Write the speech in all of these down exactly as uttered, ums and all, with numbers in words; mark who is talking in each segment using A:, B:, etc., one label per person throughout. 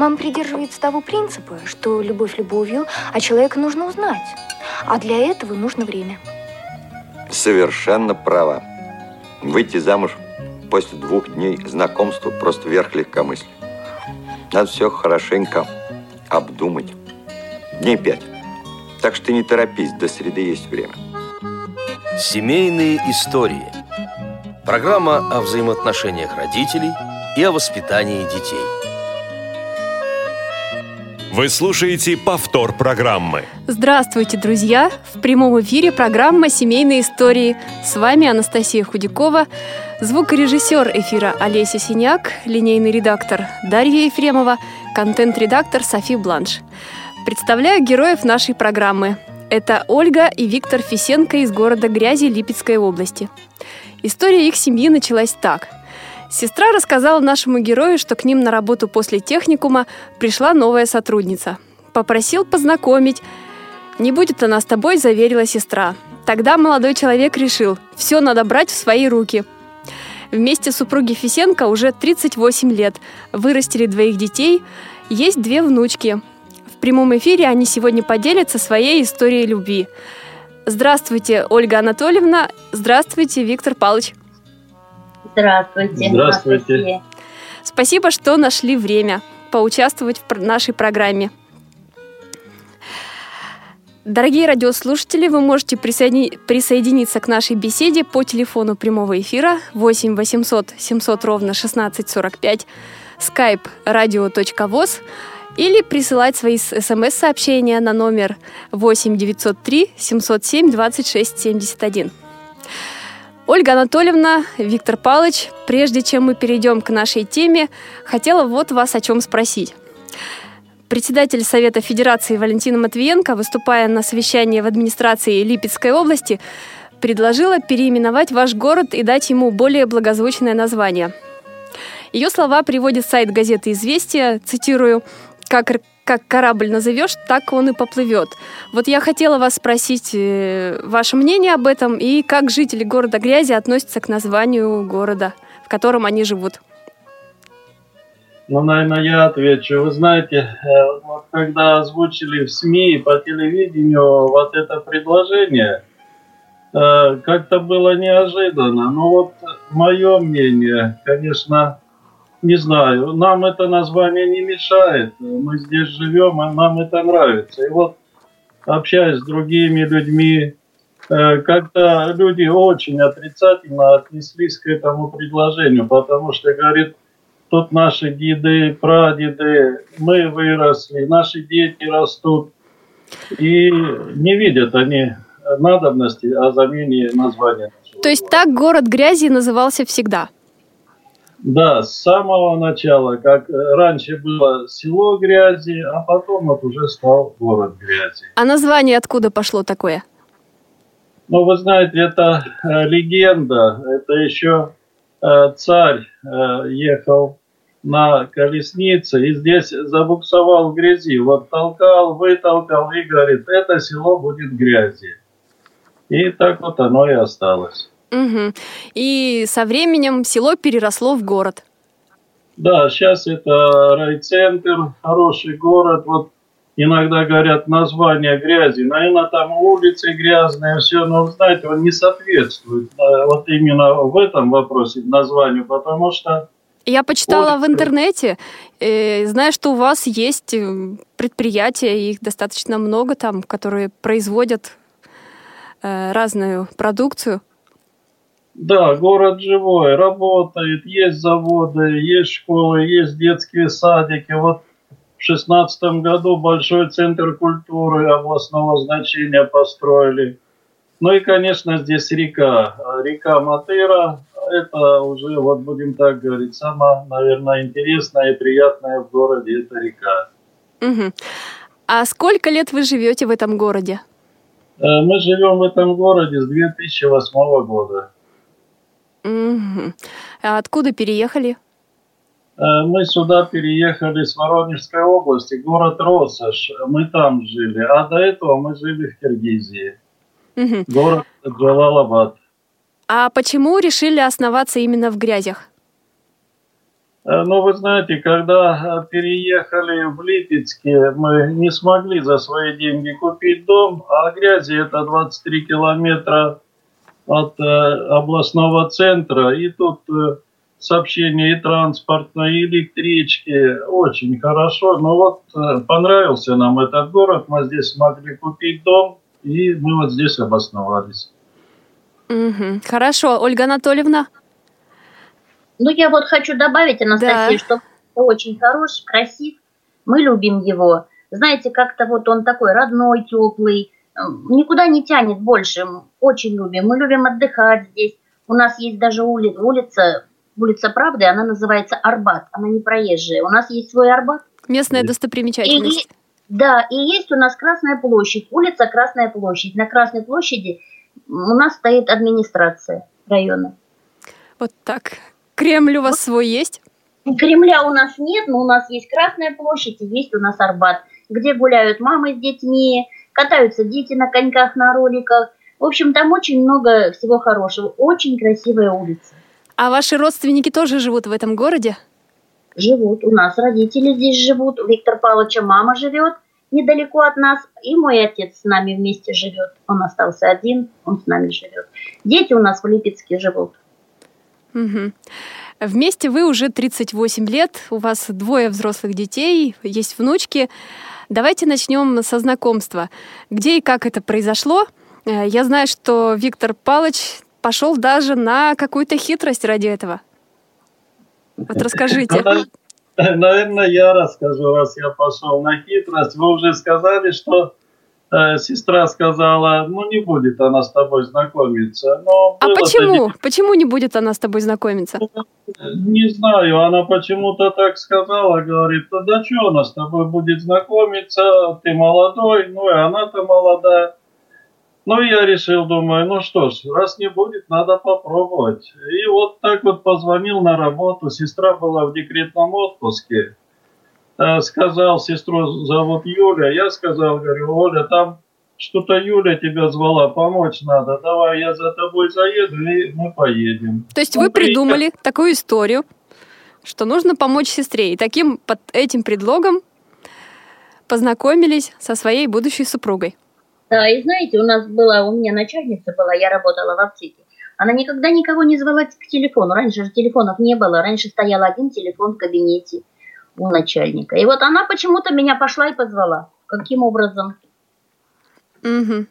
A: Мама придерживается того принципа, что любовь любовью, а человека нужно узнать. А для этого нужно время.
B: Совершенно права. Выйти замуж после двух дней знакомства просто верх легкомыслия. Надо все хорошенько обдумать. Дней пять. Так что не торопись, до среды есть время.
C: Семейные истории. Программа о взаимоотношениях родителей и о воспитании детей.
D: Вы слушаете повтор программы.
E: Здравствуйте, друзья! В прямом эфире программа «Семейные истории». С вами Анастасия Худякова, звукорежиссер эфира Олеся Синяк, линейный редактор Дарья Ефремова, контент-редактор Софи Бланш. Представляю героев нашей программы. Это Ольга и Виктор Фисенко из города Грязи Липецкой области. История их семьи началась так. Сестра рассказала нашему герою, что к ним на работу после техникума пришла новая сотрудница. Попросил познакомить. «Не будет она с тобой», — заверила сестра. Тогда молодой человек решил, все надо брать в свои руки. Вместе супруги Фисенко уже тридцать восемь лет. Вырастили двоих детей, есть две внучки. В прямом эфире они сегодня поделятся своей историей любви. Здравствуйте, Ольга Анатольевна. Здравствуйте, Виктор Павлович.
F: Здравствуйте.
E: Здравствуйте. Спасибо, что нашли время поучаствовать в нашей программе. Дорогие радиослушатели, вы можете присоедини- присоединиться к нашей беседе по телефону прямого эфира восемь восемьсот семьсот ровно шестнадцать сорок пять, skype radio.voz или присылать свои смс-сообщения на номер восемь девятьсот три семьсот семь двадцать шесть семьдесят один. Ольга Анатольевна, Виктор Павлович, прежде чем мы перейдем к нашей теме, хотела вот вас о чем спросить. Председатель Совета Федерации Валентина Матвиенко, выступая на совещании в администрации Липецкой области, предложила переименовать ваш город и дать ему более благозвучное название. Ее слова приводит сайт газеты «Известия», цитирую, «Как, как корабль назовешь, так он и поплывет». Вот я хотела вас спросить э, ваше мнение об этом и как жители города Грязи относятся к названию города, в котором они живут.
G: Ну, наверное, я отвечу. Вы знаете, вот когда озвучили в СМИ, по телевидению вот это предложение, как-то было неожиданно. Но вот мое мнение, конечно, не знаю, нам это название не мешает. Мы здесь живем, и нам это нравится. И вот, общаясь с другими людьми, как-то люди очень отрицательно отнеслись к этому предложению, потому что, говорит, тут наши деды, прадеды, мы выросли, наши дети растут. И не видят они надобности о замене названия.
E: То есть так город Грязи назывался всегда?
G: Да, с самого начала, как раньше было село Грязи, а потом вот уже стал город Грязи.
E: А название откуда пошло такое?
G: Ну, вы знаете, это э, легенда. Это еще э, царь э, ехал на колеснице и здесь забуксовал в грязи. Вот толкал, вытолкал и говорит, это село будет Грязи. И так вот оно и осталось.
E: Угу. И со временем село переросло в город.
G: Да, сейчас это райцентр, хороший город. Вот иногда говорят название Грязи. Наверное, там улицы грязные, все. Но, знаете, он не соответствует вот именно в этом вопросе названию, потому что...
E: Я почитала в интернете, э, знаю, что у вас есть предприятия, их достаточно много там, которые производят э, разную продукцию.
G: Да, город живой, работает, есть заводы, есть школы, есть детские садики. Вот в шестнадцатом году большой центр культуры областного значения построили. Ну и, конечно, здесь река, река Матыра. Это уже, вот будем так говорить, самое, наверное, интересное и приятное в городе – это река.
E: Угу. А сколько лет вы живете в этом городе?
G: Мы живем в этом городе с две тысячи восьмого года.
E: Угу. А откуда переехали?
G: Мы сюда переехали с Воронежской области, город Россошь. Мы там жили, а до этого мы жили в Киргизии. Угу. Город Джалалабад.
E: А почему решили основаться именно в Грязях?
G: Ну, вы знаете, когда переехали в Липецке, мы не смогли за свои деньги купить дом, а Грязи это двадцать три километра от э, областного центра, и тут э, сообщение и транспортное, и электрички, очень хорошо. Но вот э, понравился нам этот город, мы здесь смогли купить дом, и мы вот здесь обосновались.
E: Угу. Хорошо, Ольга Анатольевна?
F: Ну, я вот хочу добавить, Анастасия,
E: Да.
F: что очень хорош, красив, мы любим его. Знаете, как-то вот он такой родной, теплый, никуда не тянет больше, очень любим. Мы любим отдыхать здесь. У нас есть даже ули- улица, улица Правды, она называется Арбат, она не проезжая. У нас есть свой Арбат.
E: Местная достопримечательность.
F: И, да, и есть у нас Красная площадь, улица Красная площадь. На Красной площади у нас стоит администрация района.
E: Вот так. Кремль у вас свой есть?
F: Кремля у нас нет, но у нас есть Красная площадь и есть у нас Арбат, где гуляют мамы с детьми, катаются дети на коньках, на роликах. В общем, там очень много всего хорошего. Очень красивая улица.
E: А ваши родственники тоже живут в этом городе?
F: Живут. У нас родители здесь живут. У Виктора Павловича мама живет недалеко от нас. И мой отец с нами вместе живет. Он остался один, он с нами живет. Дети у нас в Липецке живут.
E: Угу. Вместе вы уже тридцать восемь лет, у вас двое взрослых детей, есть внучки. Давайте начнем со знакомства. Где и как это произошло? Я знаю, что Виктор Павлович пошел даже на какую-то хитрость ради этого. Вот расскажите.
G: Наверное, я расскажу, раз я пошел на хитрость. Вы уже сказали, что э, сестра сказала, ну не будет она с тобой знакомиться. Но
E: А
G: было-то
E: почему?
G: не-
E: Почему не будет она с тобой знакомиться?
G: Не знаю, она почему-то так сказала, говорит, да, да что она с тобой будет знакомиться, ты молодой, ну и она-то молодая. Ну, я решил, думаю, ну что ж, раз не будет, надо попробовать. И вот так вот позвонил на работу, сестра была в декретном отпуске. Э, Сказал, сестру зовут Юля, я сказал, говорю, Оля, там что-то Юля тебя звала, помочь надо, давай я за тобой заеду и мы поедем.
E: То есть
G: Ну,
E: вы
G: приехали.
E: придумали такую историю, что нужно помочь сестре, и таким под этим предлогом познакомились со своей будущей супругой.
F: Да, и знаете, у нас была, у меня начальница была, я работала в аптеке. Она никогда никого не звала к телефону. Раньше же телефонов не было. Раньше стоял один телефон в кабинете у начальника. И вот она почему-то меня пошла и позвала. Каким образом?
E: Угу.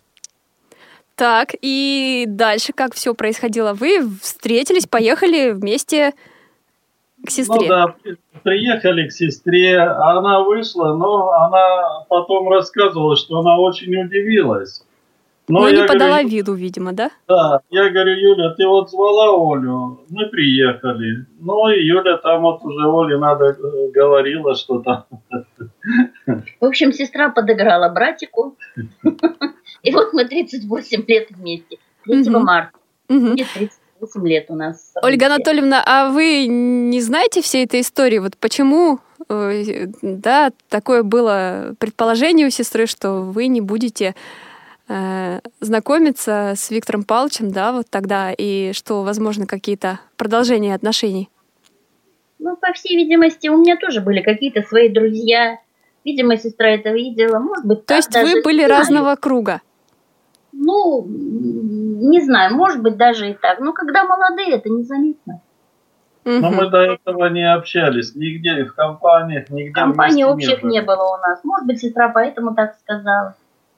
E: Так, и дальше как все происходило? Вы встретились, поехали вместе к сестре.
G: Ну да, при- приехали к сестре, она вышла, но она потом рассказывала, что она очень удивилась. Но
E: Но
G: я
E: не подала
G: говорю,
E: виду, видимо, да?
G: да, я говорю, Юля, ты вот звала Олю, мы приехали. Ну и Юля там вот уже Оле надо э, говорила что-то.
F: В общем, сестра подыграла братику. И вот мы тридцать восемь лет вместе. третьего
E: Мгм.
F: марта.
E: Мгм.
F: Будет тридцать восемь лет у нас.
E: Ольга
F: событие.
E: Анатольевна, а вы не знаете всей этой истории? Вот почему, э, да, такое было предположение у сестры, что вы не будете э, знакомиться с Виктором Павловичем, да, вот тогда, и что, возможно, какие-то продолжения отношений?
F: Ну, по всей видимости, у меня тоже были какие-то свои друзья. Видимо, сестра это видела. Может быть,
E: То
F: так
E: есть
F: даже,
E: вы были
F: не знаю.
E: разного круга?
F: Ну, м, не знаю, может быть, даже и так. Но когда молодые, это незаметно.
G: Но
E: Мгм.
G: мы до этого не общались нигде, в компаниях, нигде
F: Компаний
G: вместе
F: общих не
G: было.
F: было у нас. Может быть, сестра поэтому так сказала.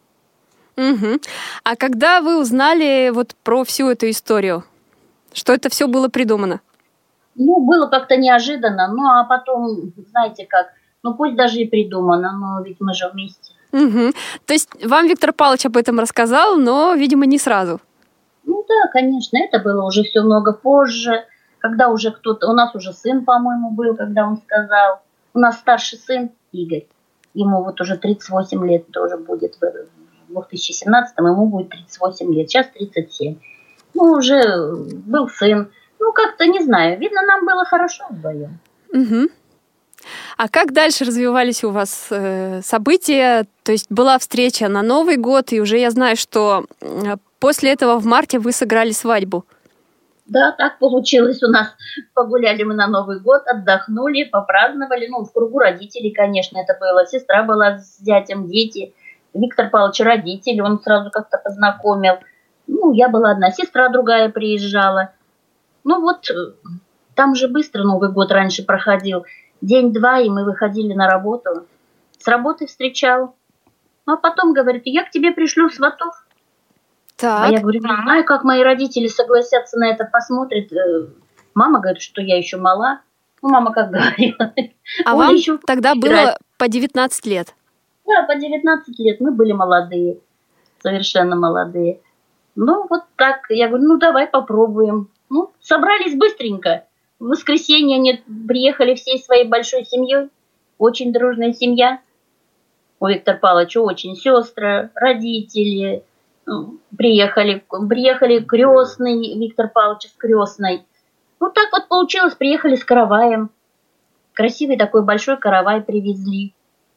E: Мгм. А когда вы узнали вот про всю эту историю, что это все было придумано?
F: Ну, было как-то неожиданно. Ну, а потом, знаете как, ну, пусть даже и придумано, но ведь мы же вместе.
E: Мгм. То есть вам Виктор Павлович об этом рассказал, но, видимо, не сразу.
F: Ну да, конечно, это было уже все много позже, когда уже кто-то... У нас уже сын, по-моему, был, когда он сказал. У нас старший сын Игорь. Ему вот уже тридцать восемь лет тоже будет в две тысячи семнадцатом, ему будет тридцать восемь лет, сейчас тридцать семь. Ну, уже был сын. Ну, как-то, не знаю, видно, нам было хорошо вдвоем.
E: Мгм. А как дальше развивались у вас э, события? То есть была встреча на Новый год, и уже я знаю, что э, после этого в марте вы сыграли свадьбу.
F: Да, так получилось у нас. Погуляли мы на Новый год, отдохнули, попраздновали. Ну, в кругу родителей, конечно, это было. Сестра была с зятем, дети. Виктор Павлович родители, он сразу как-то познакомил. Ну, я была одна, сестра другая приезжала. Ну вот, там же быстро Новый год раньше проходил. День-два, и мы выходили на работу. С работы встречал. А потом говорит, я к тебе пришлю сватов.
E: Так.
F: А я говорю, не знаю, как мои родители согласятся на это, посмотрят. Мама говорит, что я еще мала. Ну, мама как говорила.
E: А вам еще тогда было по девятнадцать лет?
F: Да, по девятнадцать лет. Мы были молодые, совершенно молодые. Ну, вот так. Я говорю, ну, давай попробуем. Ну, собрались быстренько. В воскресенье они приехали всей своей большой семьей. Очень дружная семья. У Виктора Павловича очень сестры, родители. Приехали, приехали крестный, Виктор Павлович с крестной. Вот так вот получилось, приехали с караваем. Красивый такой большой каравай привезли.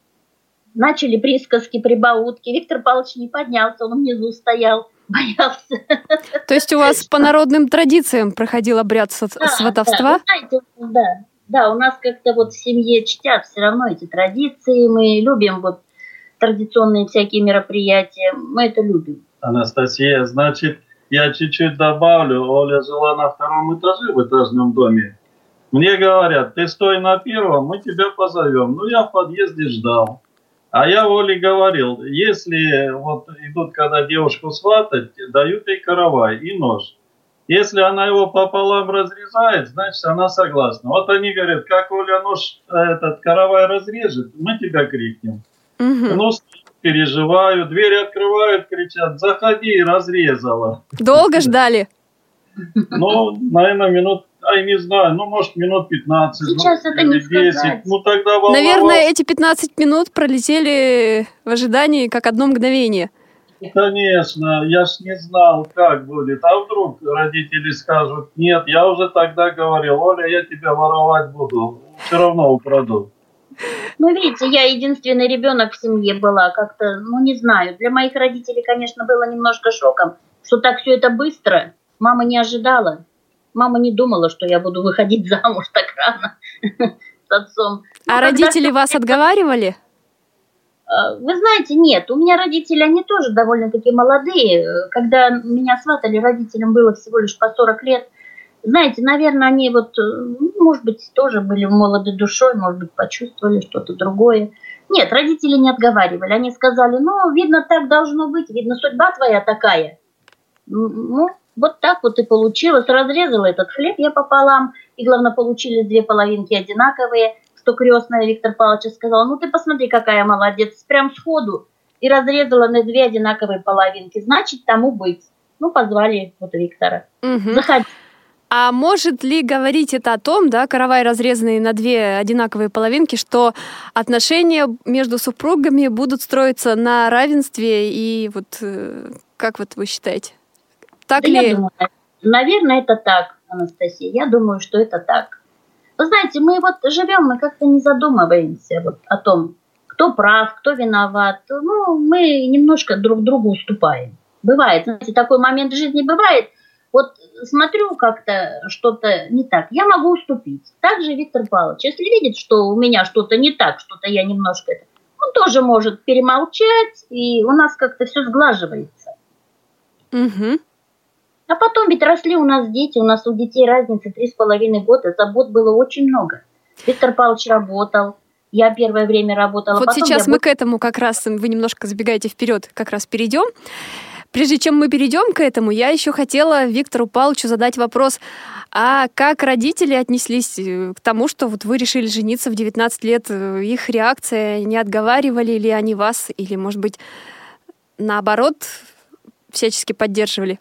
F: Начали присказки, прибаутки. Виктор Павлович не поднялся, он внизу стоял, боялся.
E: То есть у вас по народным традициям проходил обряд
F: да,
E: сватовства?
F: Да, знаете, да, да, у нас как-то вот в семье чтят все равно эти традиции. Мы любим вот традиционные всякие мероприятия. Мы это любим.
G: Анастасия, значит, я чуть-чуть добавлю. Оля жила на втором этаже в этажном доме. Мне говорят, ты стой на первом, мы тебя позовем. Ну, я в подъезде ждал. А я Оле говорил, если вот идут, когда девушку сватать, дают ей каравай и нож. Если она его пополам разрезает, значит, она согласна. Вот они говорят, как Оля нож, этот каравай разрежет, мы тебя крикнем.
E: Угу.
G: Ну, переживаю, двери открывают, кричат, заходи, разрезала.
E: Долго ждали?
G: Ну, наверное, минут, ай, не знаю, ну, может, минут пятнадцать.
F: Сейчас
G: ну,
F: это не
G: десять.
F: сказать.
G: Ну, тогда волновался.
E: Наверное, эти пятнадцать минут пролетели в ожидании как одно мгновение.
G: Конечно, я ж не знал, как будет. А вдруг родители скажут, нет, я уже тогда говорил, Оля, я тебя воровать буду, все равно украду.
F: Ну, видите, я единственный ребенок в семье была, как-то, ну, не знаю. Для моих родителей, конечно, было немножко шоком, что так все это быстро. Мама не ожидала. Мама не думала, что я буду выходить замуж так рано с отцом.
E: А родители вас отговаривали?
F: Вы знаете, нет, у меня родители, они тоже довольно-таки молодые. Когда меня сватали, родителям было всего лишь по сорок лет. Знаете, наверное, они вот, может быть, тоже были молоды душой, может быть, почувствовали что-то другое. Нет, родители не отговаривали. Они сказали, ну, видно, так должно быть, видно, судьба твоя такая. Ну, вот так вот и получилось. Разрезала этот хлеб я пополам, и, главное, получились две половинки одинаковые, что крестная Виктор Павлович сказала, ну, ты посмотри, какая молодец, прям сходу. И разрезала на две одинаковые половинки. Значит, тому быть. Ну, позвали вот Виктора.
E: Угу.
F: Заходи.
E: А может ли говорить это о том, да, каравай, разрезанный на две одинаковые половинки, что отношения между супругами будут строиться на равенстве? И вот как вот вы считаете? Так
F: да
E: ли?
F: Я думаю, наверное, это так, Анастасия. Я думаю, что это так. Вы знаете, мы вот живем, мы как-то не задумываемся вот о том, кто прав, кто виноват. Ну, мы немножко друг другу уступаем. Бывает, знаете, такой момент в жизни бывает. Вот смотрю как-то что-то не так, я могу уступить. Также Виктор Павлович, если видит, что у меня что-то не так, что-то я немножко... Он тоже может перемолчать, и у нас как-то все сглаживается.
E: Угу.
F: А потом ведь росли у нас дети, у нас у детей разница три с половиной года, забот было очень много. Виктор Павлович работал, я первое время работала.
E: Вот сейчас
F: я...
E: мы к этому как раз, вы немножко забегаете вперед, как раз перейдем. Прежде чем мы перейдем к этому, я еще хотела Виктору Павловичу задать вопрос, а как родители отнеслись к тому, что вот вы решили жениться в девятнадцать лет? Их реакция, не отговаривали ли они вас, или, может быть, наоборот, всячески поддерживали?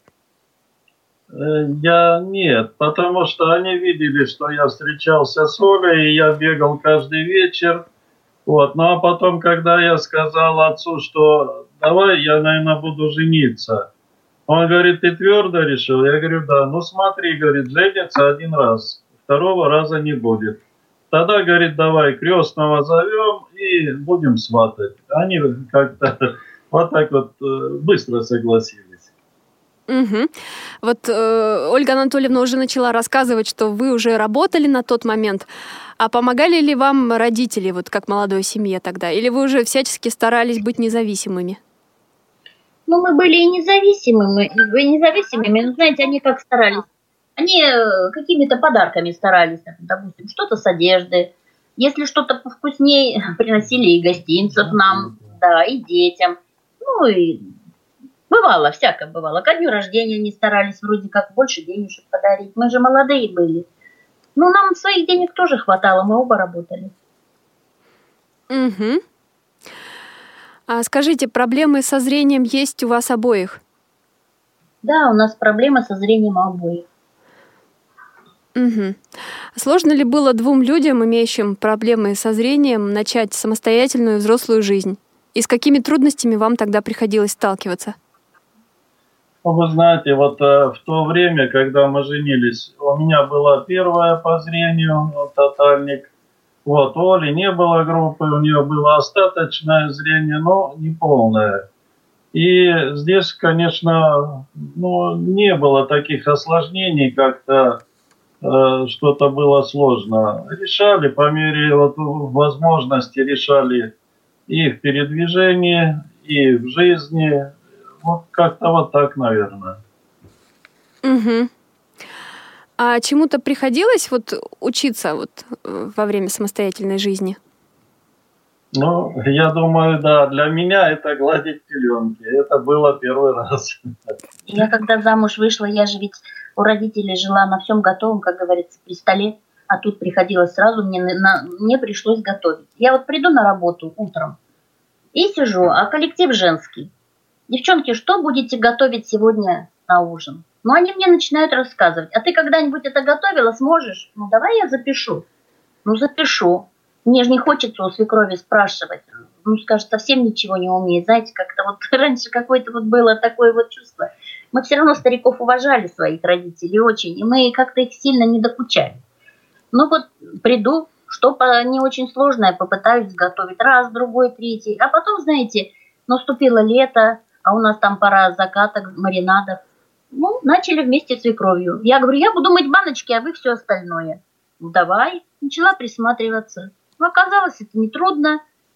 G: Я нет, потому что они видели, что я встречался с Олей, и я бегал каждый вечер. Вот. Ну а потом, когда я сказал отцу, что давай я, наверное, буду жениться, он говорит, ты твердо решил? Я говорю, да. Ну смотри, говорит, женится один раз, второго раза не будет. Тогда, говорит, давай крестного зовем и будем сватать. Они как-то вот так вот быстро согласились.
E: Угу. Вот э, Ольга Анатольевна уже начала рассказывать, что вы уже работали на тот момент. А помогали ли вам родители, вот как молодой семье тогда? Или вы уже всячески старались быть независимыми?
F: Ну, мы были и независимыми, и независимыми, но, знаете, они как старались. Они какими-то подарками старались, допустим, что-то с одежды. Если что-то повкуснее, приносили и гостинцев нам, да, и детям. Ну, и бывало, всякое бывало. Ко дню рождения они старались вроде как больше денежек подарить. Мы же молодые были. Ну, нам своих денег тоже хватало, мы оба работали.
E: Угу. А скажите, проблемы со зрением есть у вас обоих?
F: Да, у нас проблемы со зрением обоих.
E: Угу. Сложно ли было двум людям, имеющим проблемы со зрением, начать самостоятельную взрослую жизнь? И с какими трудностями вам тогда приходилось сталкиваться?
G: Вы знаете, вот э, в то время, когда мы женились, у меня была первая по зрению, тотальник. Вот, у Оли не было группы, у нее было остаточное зрение, но не полное. И здесь, конечно, ну, не было таких осложнений, как-то э, что-то было сложно. Решали по мере вот, возможности, решали и в передвижении, и в жизни. Вот как-то вот так, наверное.
E: Угу. А чему-то приходилось вот учиться вот во время самостоятельной жизни?
G: Ну, я думаю, да, для меня это гладить пеленки. Это было первый раз.
F: Я когда замуж вышла, я же ведь у родителей жила на всем готовом, как говорится, при столе. А тут приходилось сразу, мне, на, мне пришлось готовить. Я вот приду на работу утром и сижу, а коллектив женский. Девчонки, что будете готовить сегодня на ужин? Ну, они мне начинают рассказывать. А ты когда-нибудь это готовила, сможешь? Ну, давай я запишу. Ну, запишу. Мне же не хочется у свекрови спрашивать. Ну, скажет, совсем ничего не умеет. Знаете, как-то вот раньше какое-то вот было такое вот чувство. Мы все равно стариков уважали, своих родителей, очень. И мы как-то их сильно не докучали. Ну, вот приду, что не очень сложное, попытаюсь готовить. Раз, другой, третий. А потом, знаете, наступило лето, а у нас там пора закаток, маринадов. Ну, начали вместе с свекровью. Я говорю, я буду мыть баночки, а вы все остальное. Ну, давай. Начала присматриваться. Но оказалось, это нетрудно.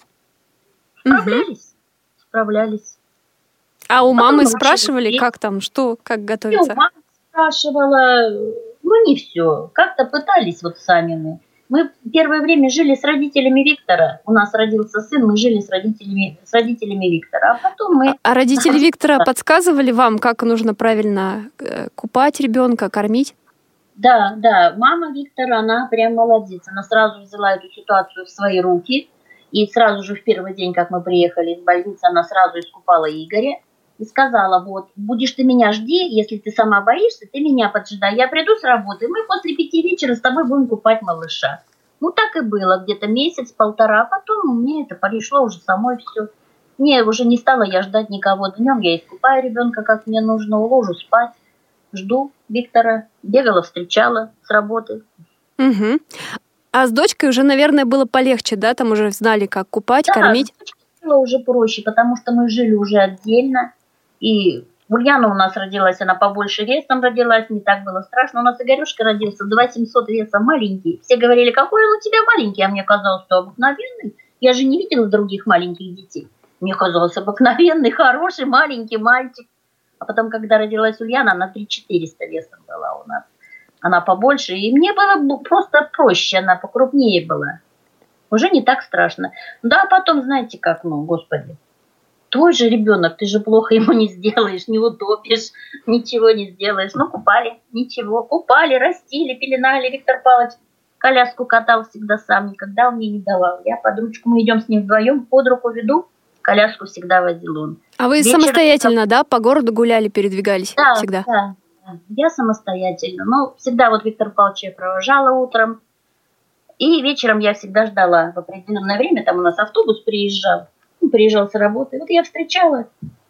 F: Справлялись. Угу. Справлялись.
E: А у
F: Потом
E: мамы спрашивали, есть. Как там, что, как готовиться?
F: И у мамы спрашивала. Ну, не все. Как-то пытались вот сами мы. Мы первое время жили с родителями Виктора. У нас родился сын, мы жили с родителями, с родителями Виктора. А потом мы...
E: А родители Виктора подсказывали вам, как нужно правильно купать ребенка, кормить?
F: Да, да. Мама Виктора, она прям молодец. Она сразу взяла эту ситуацию в свои руки. И сразу же в первый день, как мы приехали из больницы, она сразу искупала Игоря. И сказала, вот, будешь ты меня жди, если ты сама боишься, ты меня поджидай. Я приду с работы, мы после пяти вечера с тобой будем купать малыша. Ну, так и было, где-то месяц-полтора, а потом мне это пришло уже самой все. Мне уже не стала я ждать никого. Днем я искупаю ребенка, как мне нужно, уложу спать, жду Виктора. Бегала, встречала с работы.
E: Угу. А с дочкой уже, наверное, было полегче, да? Там уже знали, как купать,
F: да,
E: кормить?
F: Да, с дочкой было уже проще, потому что мы жили уже отдельно. И Ульяна у нас родилась, она побольше весом родилась, не так было страшно. У нас Игорюшка родился два семьсот весом, маленький. Все говорили, какой он у тебя маленький, а мне казалось, что обыкновенный. Я же не видела других маленьких детей. Мне казалось, обыкновенный, хороший, маленький мальчик. А потом, когда родилась Ульяна, она три тысячи четыреста весом была у нас. Она побольше, и мне было просто проще, она покрупнее была. Уже не так страшно. Да, потом, знаете как, ну, господи. Твой же ребенок, ты же плохо ему не сделаешь, не утопишь, ничего не сделаешь. Ну, купали, ничего. Купали, растили, пеленали. Виктор Павлович коляску катал всегда сам, никогда он мне не давал. Я под ручку, мы идем с ним вдвоем, под руку веду, коляску всегда водил он.
E: А вы вечером самостоятельно, да, по городу гуляли, передвигались
F: да,
E: всегда?
F: Да, да, я самостоятельно. Ну, всегда вот Виктор Павлович я провожала утром, и вечером я всегда ждала в определенное время, там у нас автобус приезжал. Приезжал с работы. Вот я встречала.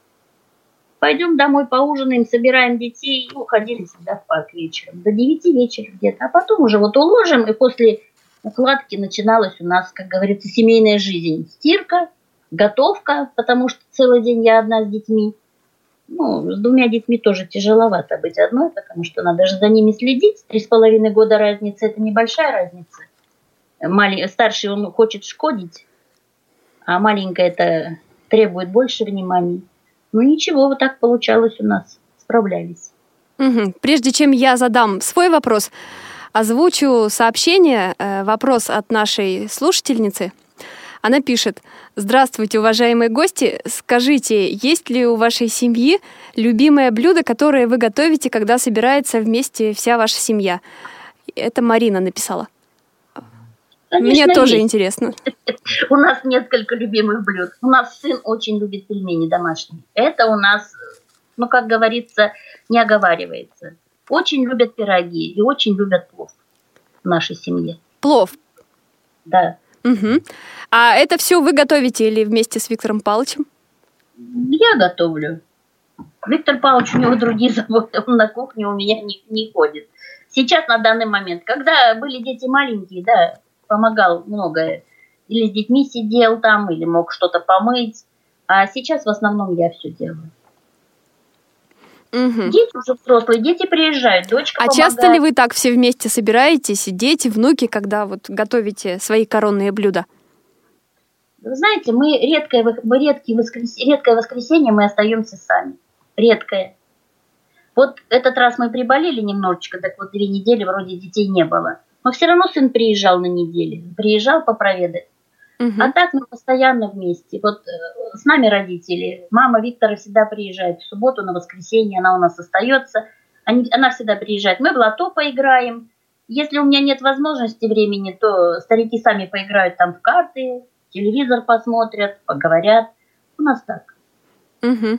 F: Пойдем домой поужинаем, собираем детей. И уходили всегда в парк вечером. До девяти вечера где-то. А потом уже вот уложим. И после укладки начиналась у нас, как говорится, семейная жизнь. Стирка, готовка, потому что целый день я одна с детьми. Ну, с двумя детьми тоже тяжеловато быть одной, потому что надо же за ними следить. Три с половиной года разница – это небольшая разница. Малень... Старший он хочет шкодить, а маленькая это требует больше внимания. Ну ничего, вот так получалось у нас, справлялись.
E: Угу. Прежде чем я задам свой вопрос, озвучу сообщение, э, вопрос от нашей слушательницы. Она пишет: «Здравствуйте, уважаемые гости. Скажите, есть ли у вашей семьи любимое блюдо, которое вы готовите, когда собирается вместе вся ваша семья?» Это Марина написала.
F: Конечно,
E: Мне тоже
F: есть.
E: интересно.
F: У нас несколько любимых блюд. У нас сын очень любит пельмени домашние. Это у нас, ну, как говорится, не оговаривается. Очень любят пироги и очень любят плов в нашей семье.
E: Плов?
F: Да.
E: Угу. А это все вы готовите или вместе с Виктором Павловичем?
F: Я готовлю. Виктор Павлович, у него другие заботы, он на кухне у меня не, не ходит. Сейчас, на данный момент, когда были дети маленькие, да, помогал многое. Или с детьми сидел там, или мог что-то помыть. А сейчас в основном я все делаю.
E: Угу.
F: Дети уже взрослые, дети приезжают, дочка
E: А
F: помогает.
E: часто ли вы так все вместе собираетесь, дети, внуки, когда вот готовите свои коронные блюда?
F: Вы знаете, мы редкое, мы редкие воскрес... редкое воскресенье мы остаемся сами. Редкое. Вот этот раз мы приболели немножечко, так вот две недели вроде детей не было. Но все равно сын приезжал на неделю, приезжал попроведать. Угу. А так мы постоянно вместе. Вот э, с нами родители. Мама Виктора всегда приезжает в субботу, на воскресенье она у нас остается. Они, она всегда приезжает. Мы в лото поиграем. Если у меня нет возможности времени, то старики сами поиграют там в карты, телевизор посмотрят, поговорят. У нас так.
E: Угу.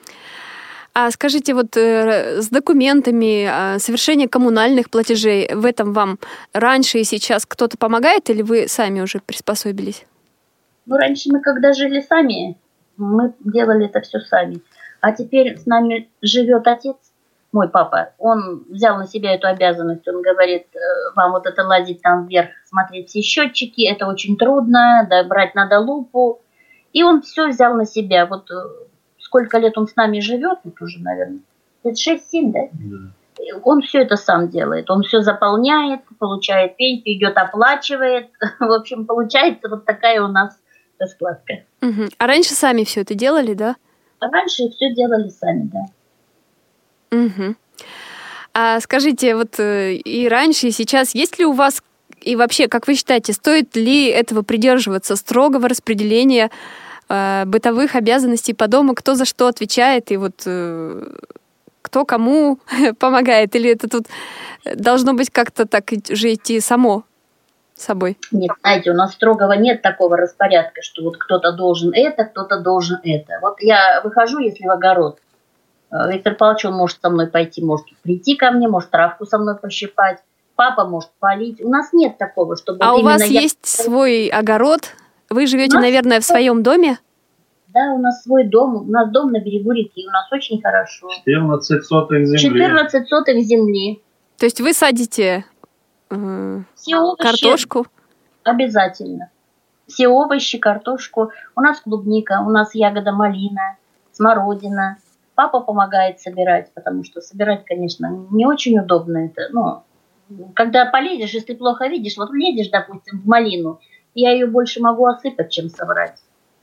E: А скажите, вот э, с документами, э, совершение коммунальных платежей, в этом вам раньше и сейчас кто-то помогает или вы сами уже приспособились?
F: Ну, раньше мы, когда жили сами, мы делали это все сами. А теперь с нами живет отец, мой папа. Он взял на себя эту обязанность. Он говорит, вам вот это лазить там вверх, смотреть все счетчики, это очень трудно, да, брать надо лупу. И он все взял на себя. Вот сколько лет он с нами живет, вот уже, наверное, лет шесть-семь, да? Да. Он все это сам делает. Он все заполняет, получает пенсию, идет, оплачивает. В общем, получается вот такая у нас раскладка.
E: Угу. А раньше сами все это делали, да?
F: А раньше все делали сами, да.
E: Угу. А скажите, вот и раньше, и сейчас, есть ли у вас, и вообще, как вы считаете, стоит ли этого придерживаться, строгого распределения бытовых обязанностей по дому, кто за что отвечает и вот э, кто кому помогает? Или это тут должно быть как-то так же идти само собой?
F: Нет, знаете, у нас строгого нет такого распорядка, что вот кто-то должен это, кто-то должен это. Вот я выхожу, если в огород, Виктор Павлович, он может со мной пойти, может прийти ко мне, может травку со мной пощипать, папа может полить. У нас нет такого, чтобы...
E: А
F: вот
E: у вас
F: я...
E: есть свой огород? Вы живете,
F: нас...
E: наверное, в своем доме?
F: Да, у нас свой дом. У нас дом на берегу реки. У нас очень хорошо.
G: четырнадцать соток земли.
F: четырнадцать соток земли.
E: То есть вы садите э,
F: все овощи,
E: картошку?
F: Обязательно. Все овощи, картошку. У нас клубника, у нас ягода малина, смородина. Папа помогает собирать, потому что собирать, конечно, не очень удобно это. Но когда полезешь, если плохо видишь, вот лезешь, допустим, в малину, я ее больше могу осыпать, чем собрать.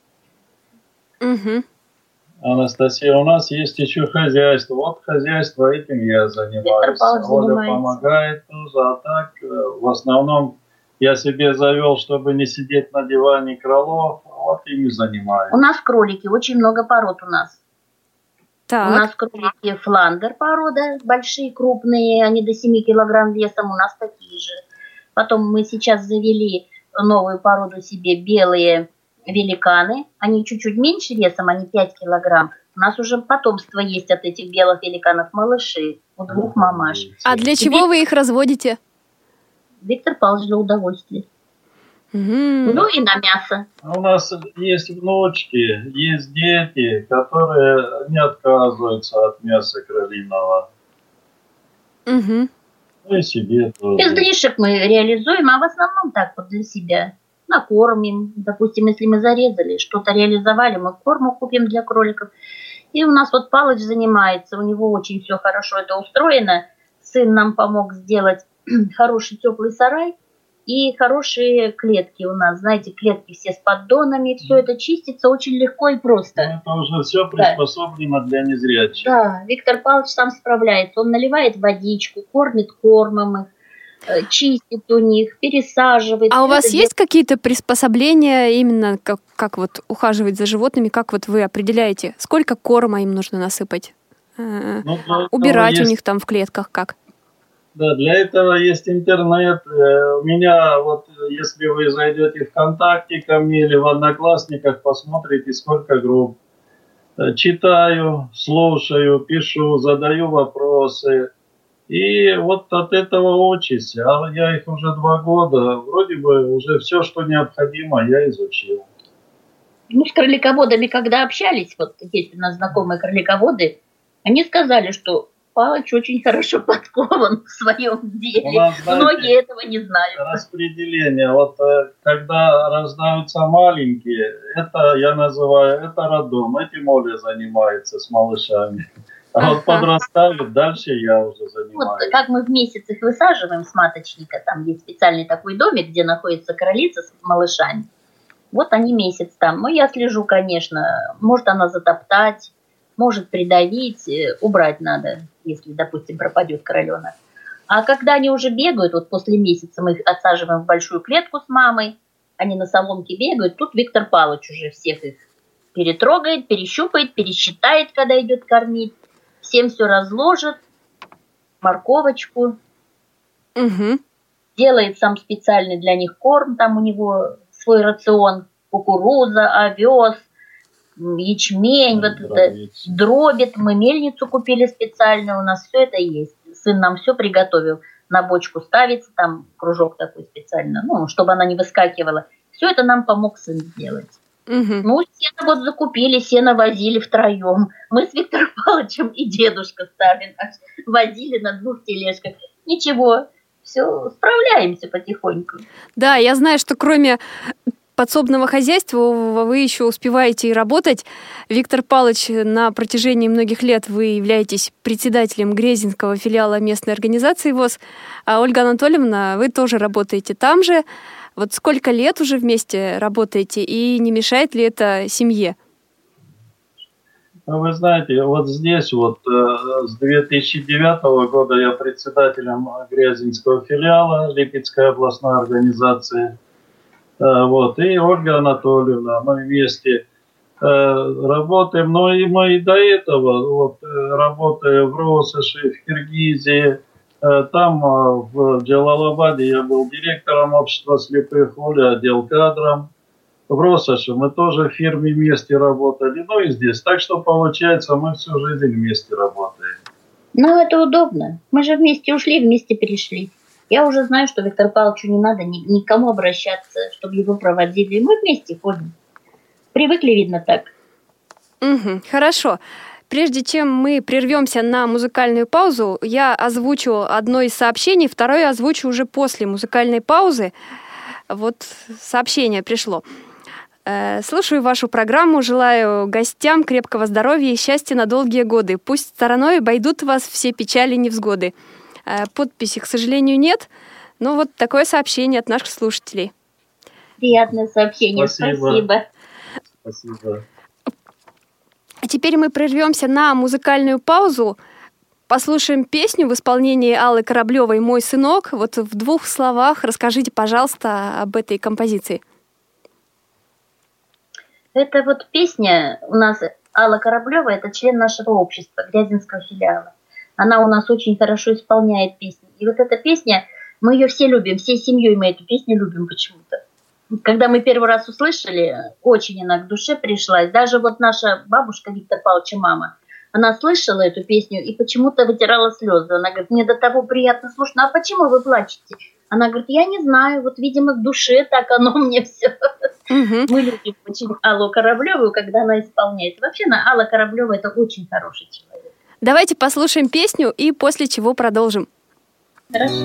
E: Угу.
G: Анастасия, у нас есть еще хозяйство. Вот хозяйство, этим я занимаюсь. Оля помогает тоже, а так в основном я себе завел, чтобы не сидеть на диване кролов, вот ими занимаюсь.
F: У нас кролики, очень много пород у нас.
E: Так.
F: У нас кролики фландер порода, большие, крупные, они до семи килограмм весом, у нас такие же. Потом мы сейчас завели новую породу себе, белые великаны. Они чуть-чуть меньше весом, они пять килограмм. У нас уже потомство есть от этих белых великанов, малыши, у двух мамаш.
E: А для чего Теперь... вы их разводите?
F: Виктор Павлович для удовольствия.
E: Mm.
F: Ну и на мясо.
G: У нас есть внучки, есть дети, которые не отказываются от мяса кролиного.
E: Mm-hmm.
G: Ну и себе тоже.
F: Излишек мы реализуем, а в основном так вот для себя. Накормим. Допустим, если мы зарезали, что-то реализовали, мы корму купим для кроликов. И у нас вот Палыч занимается, у него очень все хорошо это устроено. Сын нам помог сделать хороший теплый сарай и хорошие клетки у нас. Знаете, клетки все с поддонами, все это чистится очень легко и просто.
G: Это уже все приспособлено, да, для незрячих.
F: Да, Виктор Павлович сам справляется. Он наливает водичку, кормит кормом их, чистит у них, пересаживает.
E: А у вас
F: это
E: есть какие-то приспособления именно как, как вот ухаживать за животными? Как вот вы определяете, сколько корма им нужно насыпать? Ну, убирать у есть... них там в клетках как?
G: Да, для этого есть интернет. У меня вот, если вы зайдете ВКонтакте ко мне или в Одноклассниках, посмотрите, сколько групп. Читаю, слушаю, пишу, задаю вопросы. И вот от этого учусь. А я их уже два года. Вроде бы уже все, что необходимо, я изучил.
F: Ну, с кролиководами, когда общались, вот есть у нас знакомые кролиководы, они сказали, что Палыч очень хорошо подкован в своем деле. Нас, знаете, многие этого не знают.
G: Распределение. Вот когда рождаются маленькие, это я называю, это роддом. Этим Оля занимается с малышами. А ага. вот подрастают, дальше я уже занимаюсь.
F: Вот как мы в месяц их высаживаем с маточника, там есть специальный такой домик, где находится кролица с малышами. Вот они месяц там. Ну, я слежу, конечно. Может она затоптать, может придавить, убрать надо, если, допустим, пропадет кроленок. А когда они уже бегают, вот после месяца мы их отсаживаем в большую клетку с мамой, они на соломке бегают, тут Виктор Павлович уже всех их перетрогает, перещупает, пересчитает, когда идет кормить, всем все разложит, морковочку,
E: угу.
F: делает сам специальный для них корм, там у него свой рацион, кукуруза, овес, ячмень, вот это, дробит. Мы мельницу купили специально, у нас все это есть. Сын нам все приготовил. На бочку ставится, там кружок такой специально, ну, чтобы она не выскакивала. Все это нам помог сын сделать.
E: Угу.
F: Ну, сено вот закупили, сено возили втроем. Мы с Виктором Павловичем и дедушка старый наш возили на двух тележках. Ничего, все, справляемся потихоньку.
E: Да, я знаю, что кроме подсобного хозяйства вы еще успеваете и работать. Виктор Павлович, на протяжении многих лет вы являетесь председателем Грезинского филиала местной организации ВОС, а Ольга Анатольевна, вы тоже работаете там же. Вот сколько лет уже вместе работаете, и не мешает ли это семье?
G: Вы знаете, вот здесь вот с две тысячи девятого года я председателем Грезинского филиала Липецкой областной организации. Вот, и Ольга Анатольевна, мы вместе э, работаем, но и мы и до этого, вот, работая в Россоши, в Киргизии, э, там э, в Джалалабаде я был директором общества слепых, Оля отдел кадром. В Россоши мы тоже в фирме вместе работали, ну и здесь. Так что получается, мы всю жизнь вместе работаем.
F: Ну, это удобно. Мы же вместе ушли, вместе перешли. Я уже знаю, что Виктору Павловичу не надо ни, никому обращаться, чтобы его проводили. Мы вместе ходим. Привыкли, видно, так.
E: Угу, хорошо. Прежде чем мы прервемся на музыкальную паузу, я озвучу одно из сообщений, второе озвучу уже после музыкальной паузы. Вот сообщение пришло. Слушаю вашу программу, желаю гостям крепкого здоровья и счастья на долгие годы. Пусть стороной обойдут вас все печали и невзгоды. Подписи, к сожалению, нет, но вот такое сообщение от наших слушателей.
F: Приятное сообщение, спасибо. Спасибо.
G: Спасибо.
E: А теперь мы прервемся на музыкальную паузу, послушаем песню в исполнении Аллы Кораблевой «Мой сынок». Вот в двух словах расскажите, пожалуйста, об этой композиции.
F: Это вот песня у нас, Алла Кораблева, это член нашего общества, Грязинского филиала. Она у нас очень хорошо исполняет песни. И вот эта песня, мы ее все любим, всей семьей мы эту песню любим почему-то. Когда мы первый раз услышали, очень она к душе пришлась. Даже вот наша бабушка Виктора Павловича, мама, она слышала эту песню и почему-то вытирала слезы. Она говорит, мне до того приятно слушать. Ну а почему вы плачете? Она говорит, я не знаю, вот, видимо, в душе так оно мне все.
E: Угу.
F: Мы любим очень Аллу Кораблеву, когда она исполняет. Вообще, Алла Кораблева – это очень хороший человек.
E: Давайте послушаем песню и после чего продолжим.
F: Хорошо.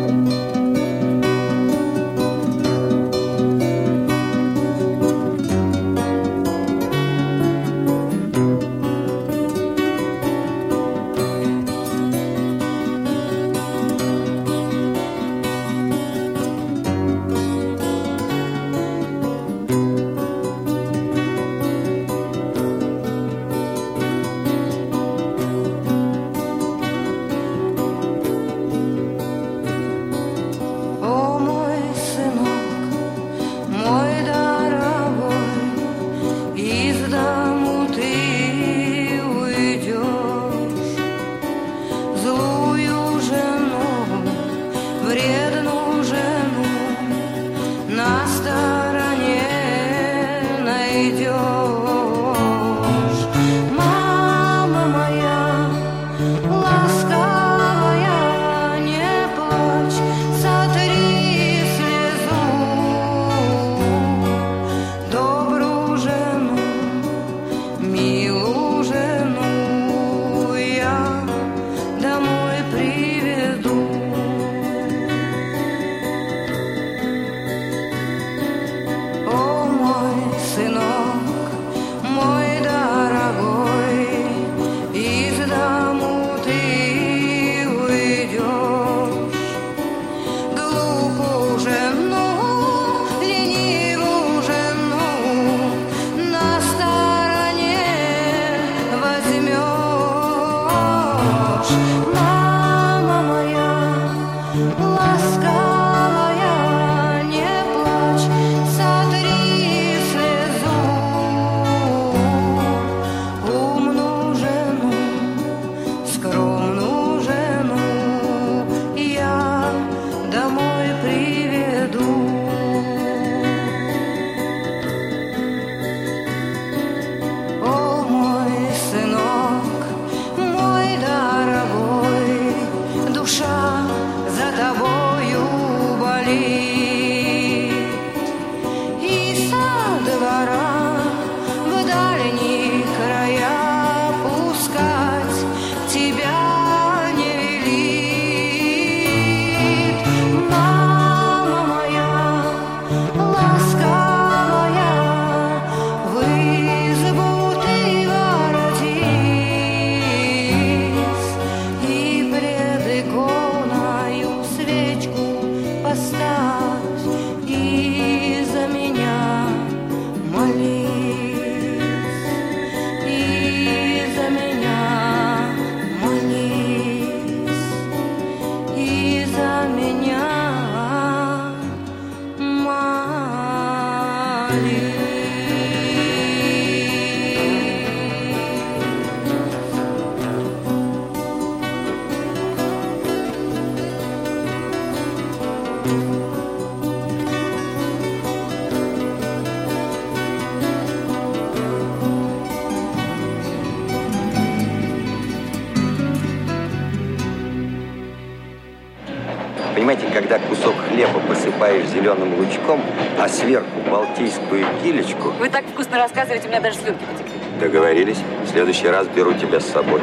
B: Понимаете, когда кусок хлеба посыпаешь зеленым лучком, а сверху балтийскую килечку...
H: Вы так вкусно рассказываете, у меня даже слюнки потекли.
B: Договорились. В следующий раз беру тебя с собой.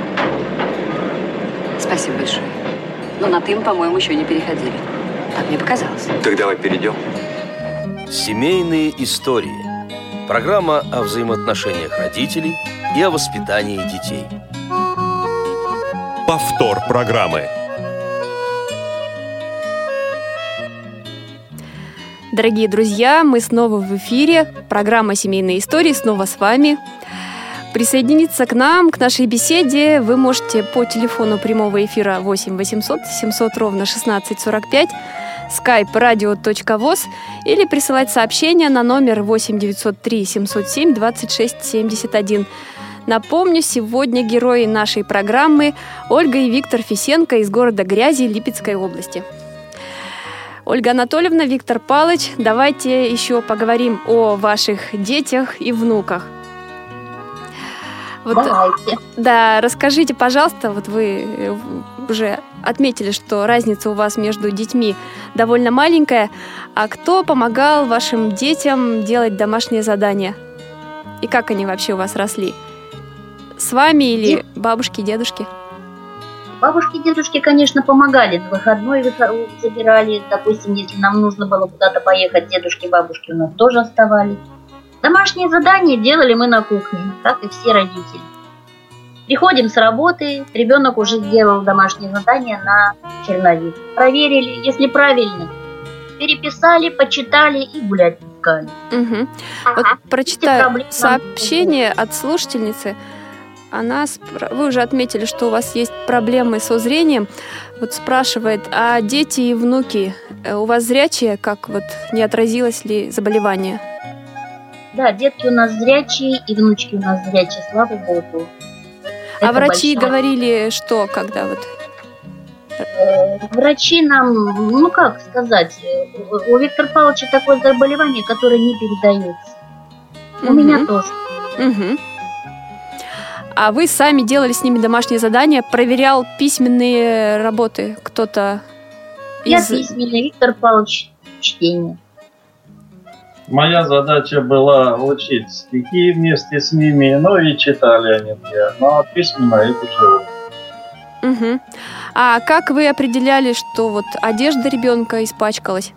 H: Спасибо большое. Но на «ты» мы, по-моему, еще не переходили. Так мне показалось.
B: Так давай перейдем.
C: Семейные истории. Программа о взаимоотношениях родителей и о воспитании детей.
D: Повтор программы.
E: Дорогие друзья, мы снова в эфире. Программа «Семейные истории» снова с вами. Присоединиться к нам, к нашей беседе вы можете по телефону прямого эфира восемь восемьсот семьсот ровно шестнадцать сорок пять, skype radio точка voz или присылать сообщения на номер восемь девятьсот три семьсот семь двадцать шесть семьдесят один. Напомню, сегодня герои нашей программы Ольга и Виктор Фисенко из города Грязи Липецкой области. Ольга Анатольевна, Виктор Павлович, давайте еще поговорим о ваших детях и внуках. Вот,
F: Давайте.
E: Да, расскажите, пожалуйста, вот вы уже отметили, что разница у вас между детьми довольно маленькая. А кто помогал вашим детям делать домашние задания? И как они вообще у вас росли? С вами или
F: Дед...
E: бабушки, дедушки?
F: Бабушки и дедушки, конечно, помогали. На выходной забирали. Допустим, если нам нужно было куда-то поехать, дедушки и бабушки у нас тоже оставались. Домашние задания делали мы на кухне, как и все родители. Приходим с работы, ребенок уже сделал домашние задания на черновик. Проверили, если правильно, переписали, почитали и гулять пускали.
E: Угу.
F: Ага.
E: Вот прочитаю сообщение от слушательницы. Она, спра... Вы уже отметили, что у вас есть проблемы со зрением. Вот спрашивает, а дети и внуки у вас зрячие? Как вот не отразилось ли заболевание?
F: Да, детки у нас зрячие, и внучки у нас зрячие, слава богу.
E: А
F: Это
E: врачи
F: большое...
E: говорили, что, когда вот?
F: Э, врачи нам, ну как сказать, у Виктора Павловича такое заболевание, которое не передается. У угу. меня тоже.
E: Угу. А вы сами делали с ними домашние задания, проверял письменные работы кто-то из...
F: Я письменный, Виктор Павлович чтение.
G: Моя задача была учить стихи вместе с ними, ну и читали они мне. Но письменно это же...
E: Угу. А как вы определяли, что вот одежда ребенка испачкалась?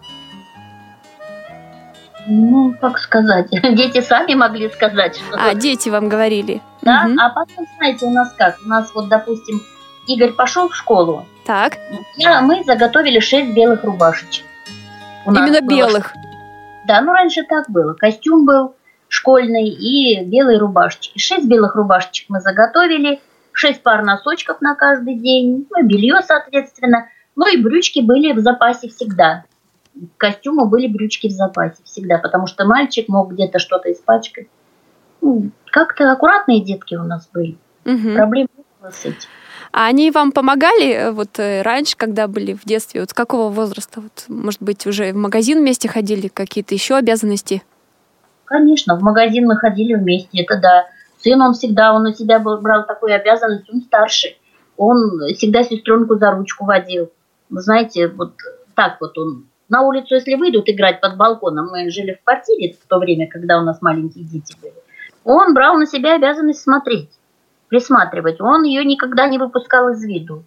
F: Ну, как сказать, дети сами могли сказать, что...
E: А, дети вам говорили.
F: Да,
E: угу.
F: А потом, знаете, у нас как? У нас вот, допустим, Игорь пошел в школу.
E: Так.
F: Я, мы заготовили шесть белых рубашечек. У
E: Именно белых?
F: Было... Да, ну раньше так было. Костюм был школьный и белые рубашечки. Шесть белых рубашечек мы заготовили, шесть пар носочков на каждый день, ну и белье, соответственно. Ну и брючки были в запасе всегда. К костюму были брючки в запасе всегда, потому что мальчик мог где-то что-то испачкать. Ну, как-то аккуратные детки у нас были.
E: Угу.
F: Проблем не было с этим.
E: А они вам помогали вот раньше, когда были в детстве? Вот с какого возраста? Вот, может быть, уже в магазин вместе ходили, какие-то еще обязанности?
F: Конечно, в магазин мы ходили вместе, это да. Сын, он всегда, он на себя брал такую обязанность, он старший. Он всегда сестренку за ручку водил. Вы знаете, вот так вот он... На улицу, если выйдут играть под балконом, мы жили в квартире в то время, когда у нас маленькие дети были, он брал на себя обязанность смотреть, присматривать. Он ее никогда не выпускал из виду.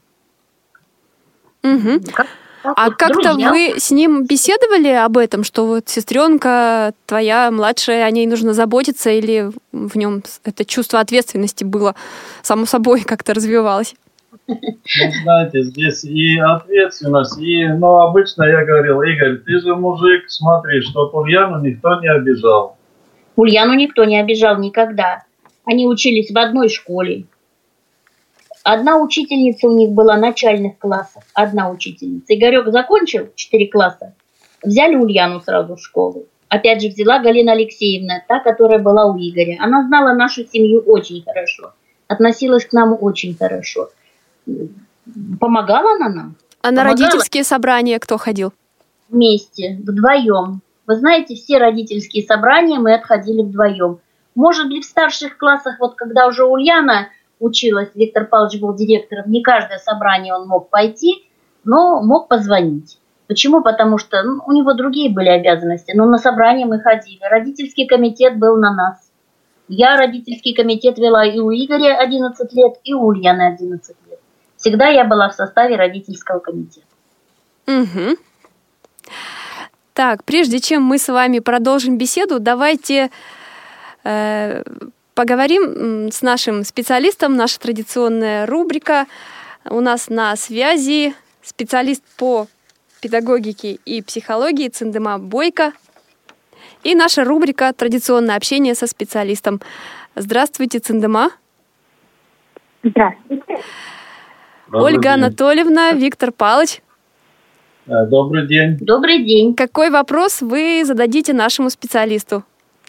E: Угу. Как, как а вот как-то друзья. Вы с ним беседовали об этом, что вот сестренка твоя младшая, о ней нужно заботиться, или в нем это чувство ответственности было само собой как-то развивалось?
G: Ну, знаете, здесь и ответственность, и, ну, обычно я говорил: Игорь, ты же мужик, смотри, что Ульяну никто не обижал.
F: Ульяну никто не обижал никогда. Они учились в одной школе. Одна учительница у них была начальных классов, одна учительница. Игорек закончил четыре класса, взяли Ульяну сразу в школу. Опять же взяла Галина Алексеевна, та, которая была у Игоря. Она знала нашу семью очень хорошо, относилась к нам очень хорошо. Помогала она нам.
E: А на Помогала. Родительские собрания кто ходил?
F: Вместе, вдвоем. Вы знаете, все родительские собрания мы отходили вдвоем. Может быть, в старших классах, вот когда уже Ульяна училась, Виктор Павлович был директором, не каждое собрание он мог пойти, но мог позвонить. Почему? Потому что ну, у него другие были обязанности, но на собрания мы ходили. Родительский комитет был на нас. Я родительский комитет вела и у Игоря одиннадцать лет, и у Ульяны одиннадцать лет. Всегда я была в составе родительского комитета.
E: Угу. Так, прежде чем мы с вами продолжим беседу, давайте э, поговорим с нашим специалистом. Наша традиционная рубрика. У нас на связи специалист по педагогике и психологии Циндема Бойко. И наша рубрика «Традиционное общение со специалистом». Здравствуйте, Циндема.
I: Здравствуйте.
E: Ольга Добрый Анатольевна, день. Виктор Павлович.
G: Добрый день.
F: Добрый день.
E: Какой вопрос вы зададите нашему специалисту?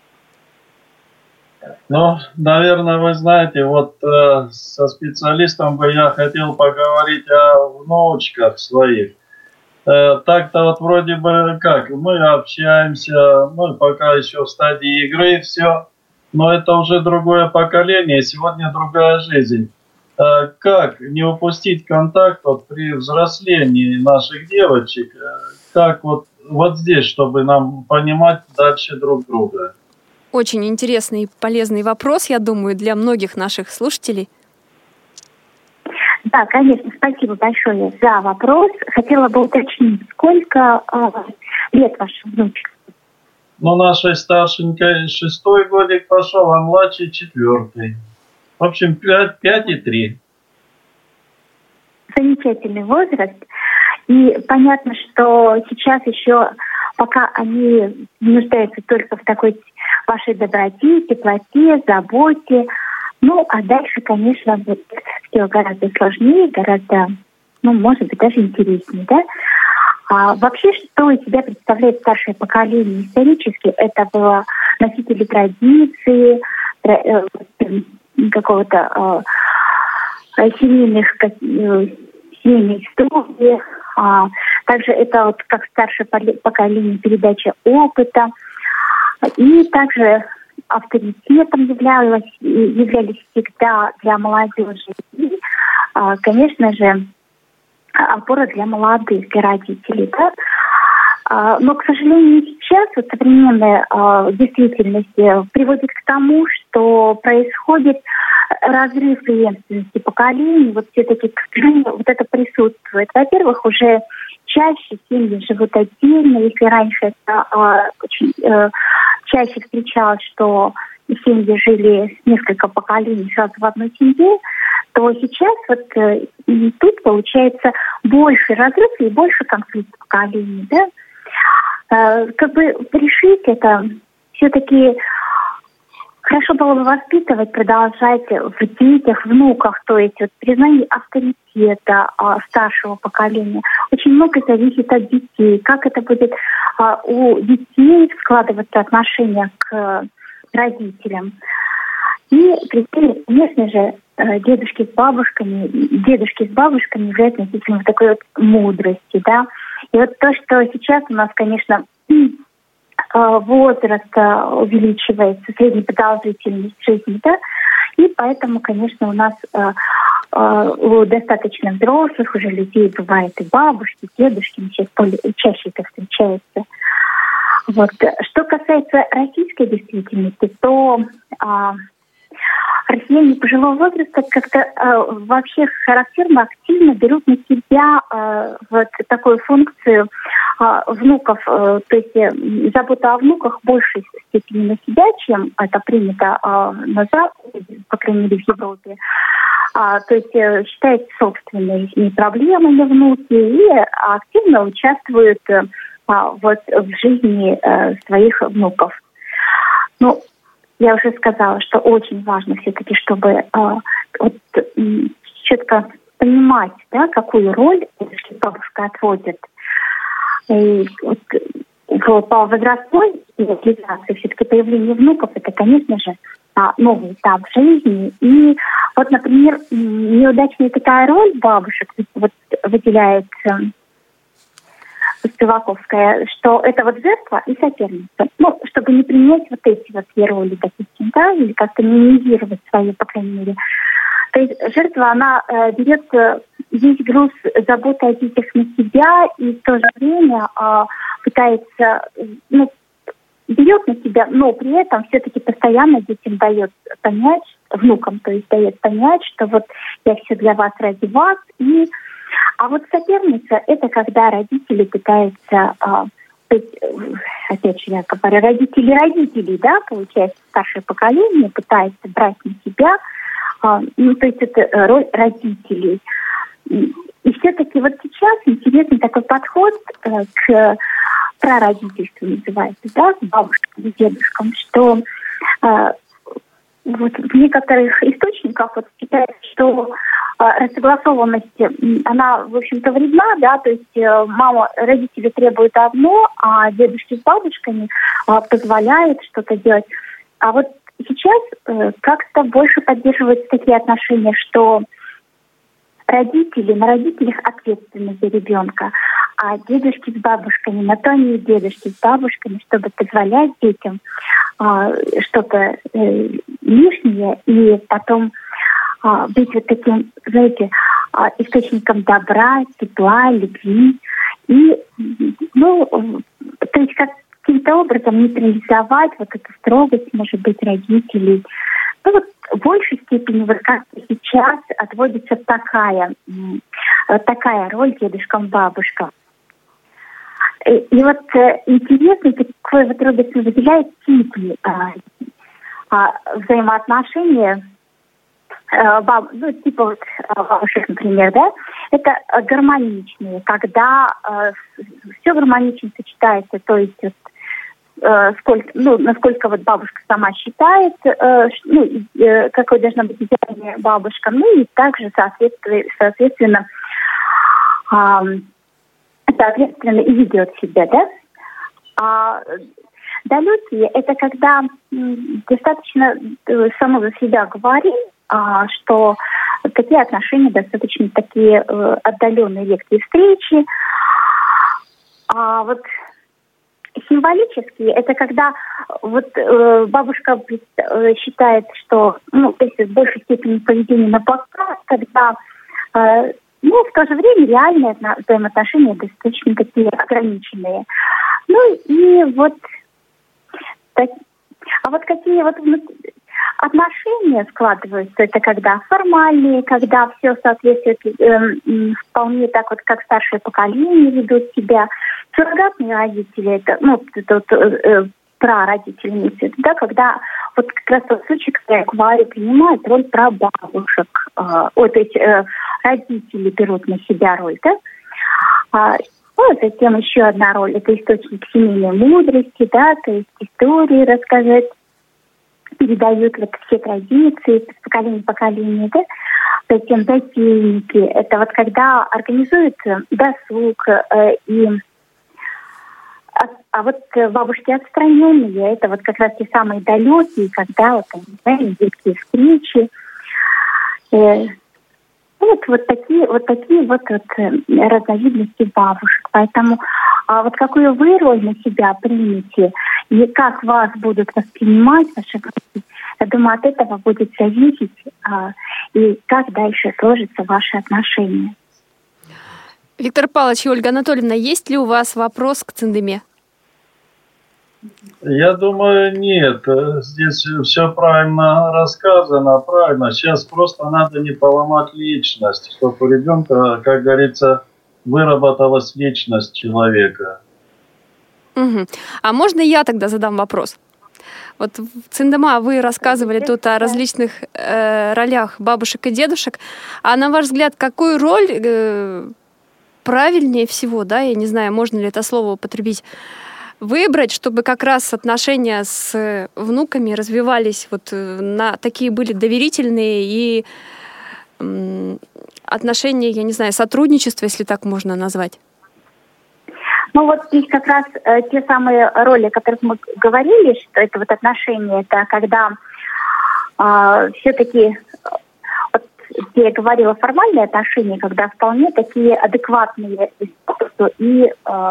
G: Ну, наверное, вы знаете, вот э, со специалистом бы я хотел поговорить о внучках своих. Э, так-то вот вроде бы как, мы общаемся, мы пока еще в стадии игры, все, но это уже другое поколение, сегодня другая жизнь. Как не упустить контакт вот при взрослении наших девочек? Как вот, вот здесь, чтобы нам понимать дальше друг друга?
E: Очень интересный и полезный вопрос, я думаю, для многих наших слушателей.
I: Да, конечно, спасибо большое за вопрос. Хотела бы уточнить, сколько э, лет вашим внучкам?
G: Ну, нашей старшенькой шестой годик пошел, а младший четвертый. В общем, пять, пять и три.
I: Замечательный возраст. И понятно, что сейчас еще, пока они нуждаются только в такой вашей доброте, теплоте, заботе. Ну, а дальше, конечно, будет все гораздо сложнее, гораздо, ну, может быть, даже интереснее, да? А вообще, что из себя представляет старшее поколение исторически? Это было носители традиции, какого-то э, семейных, э, семейной истории. А, также это вот как старшее поколение передача опыта. И также авторитетом являлась, являлись всегда для молодежи. И, конечно же, опора для молодых, для родителей. Да? Но, к сожалению, сейчас вот современная действительность приводит к тому, что происходит разрыв преемственности поколений. Вот все-таки, к сожалению, вот это присутствует. Во-первых, уже чаще семьи живут отдельно. Если раньше это э, очень э, чаще встречалось, что семьи жили несколько поколений сразу в одной семье, то сейчас вот э, тут получается больше разрыв и больше конфликт поколений. Да? Э, как бы решить это все-таки хорошо было бы воспитывать, продолжать в детях, внуках, то есть вот признание авторитета а, старшего поколения. Очень много зависит от детей, как это будет а, у детей складываться отношение к родителям. И, конечно же, дедушки с бабушками, дедушки с бабушками являются носителями такой вот мудрости, да. И вот то, что сейчас у нас, конечно, возраст увеличивается, средняя продолжительность жизни, да, и поэтому, конечно, у нас э, э, у достаточно взрослых уже людей бывает и бабушки, и дедушки, сейчас более, чаще это встречается. Вот. Что касается российской действительности, то э, россияне пожилого возраста как-то э, вообще характерно активно берут на себя э, вот такую функцию э, внуков, э, то есть э, забота о внуках в большей степени на себя, чем это принято э, на Западе, по крайней мере в Европе. А, то есть э, считают собственными проблемами внуки и активно участвуют э, вот, в жизни э, своих внуков. Ну, я уже сказала, что очень важно все-таки, чтобы э, вот, э, четко понимать, да, какую роль бабушка отводит. И вот, в, по возрастной реализации все-таки появление внуков, это, конечно же, новый этап жизни. И вот, например, неудачная такая роль бабушек вот, выделяется Спиваковская, что это вот жертва и соперница. Ну, чтобы не принять вот эти вот две роли, допустим, да, или как-то минимизировать свою, по крайней мере. То есть жертва, она э, берет э, весь груз заботы о детях на себя и в то же время э, пытается, ну, берет на себя, но при этом все-таки постоянно детям дает понять, внукам, то есть дает понять, что вот я все для вас ради вас. И а вот соперница — это когда родители пытаются, а, то есть, опять же, я говорю, родители родителей, да, получается, старшее поколение пытается брать на себя, а, ну, то есть это роль родителей. И, и все-таки вот сейчас интересный такой подход а, к прародительству называется, да, с бабушкам и дедушкам, что а, вот в некоторых источниках вот считается, что рассогласованность, она, в общем-то, вредна, да, то есть мама, родители требуют одно, а дедушки с бабушками позволяют что-то делать. А вот сейчас как-то больше поддерживаются такие отношения, что родители, на родителях ответственность за ребенка, а дедушки с бабушками, на то они и дедушки с бабушками, чтобы позволять детям э, что-то э, лишнее и потом э, быть вот таким, знаете, э, источником добра, тепла, любви. И, ну, то есть каким-то образом нейтрализовать вот эту строгость, может быть, родителей. Ну, вот в большей степени вот как сейчас отводится такая, такая роль дедушкам, бабушкам. И, и вот э, интересно, какой вот Робертсон выделяет типы а, а, взаимоотношения а, баб, ну, типа вот бабушек, например, да, это гармоничные, когда а, все гармонично сочетается, то есть вот, а, сколько, ну, насколько вот бабушка сама считает, а, ну, а, какой должна быть идеальная бабушка, ну и также соответственно, соответственно а, соответственно, и ведет себя, да? А далекие — это когда м, достаточно э, само за себя говорит, а, что такие отношения достаточно такие э, отдаленные, редкие встречи. А вот символические, это когда вот э, бабушка э, считает, что, ну, то есть в большей степени поведение на показ, когда, э, ну, в то же время реальные взаимоотношения достаточно такие ограниченные. Ну и вот, так, а вот какие вот отношения складываются, это когда формальные, когда все соответствует э, вполне так вот, как старшее поколение ведут себя. Суррогатные родители, это, ну, это, э, прародители, да, когда вот как раз тот случай, когда аквариум принимает роль прабабушек, э, ой, то есть э, родители берут на себя роль, да. А, ну, затем еще одна роль, это источник семейной мудрости, да, то есть истории рассказать, передают вот все традиции с поколения в поколение, да. Затем затейники, это вот когда организуют досуг э, и А, а вот бабушки отстраненные, это вот как раз те самые далекие, когда вот, знаете, детские встречи. Э, вот, вот такие вот такие вот, вот разновидности бабушек. Поэтому а вот какую вы роль на себя примете и как вас будут воспринимать ваши гости, я думаю, от этого будет зависеть а, и как дальше сложатся ваши отношения.
E: Виктор Павлович и Ольга Анатольевна, есть ли у вас вопрос к Циндыме?
G: Я думаю, нет. Здесь все правильно рассказано, правильно. Сейчас просто надо не поломать личность, чтобы у ребенка, как говорится, выработалась личность человека.
E: Угу. А можно я тогда задам вопрос? Вот, Циндыма, вы рассказывали тут о различных э, ролях бабушек и дедушек. А на ваш взгляд, какую роль э, правильнее всего, да, я не знаю, можно ли это слово употребить, выбрать, чтобы как раз отношения с внуками развивались, вот на такие были доверительные и м, отношения, я не знаю, сотрудничество, если так можно назвать?
I: Ну вот здесь как раз э, те самые роли, о которых мы говорили, что это вот отношения, это когда э, все-таки, вот, где я говорила, формальные отношения, когда вполне такие адекватные и э,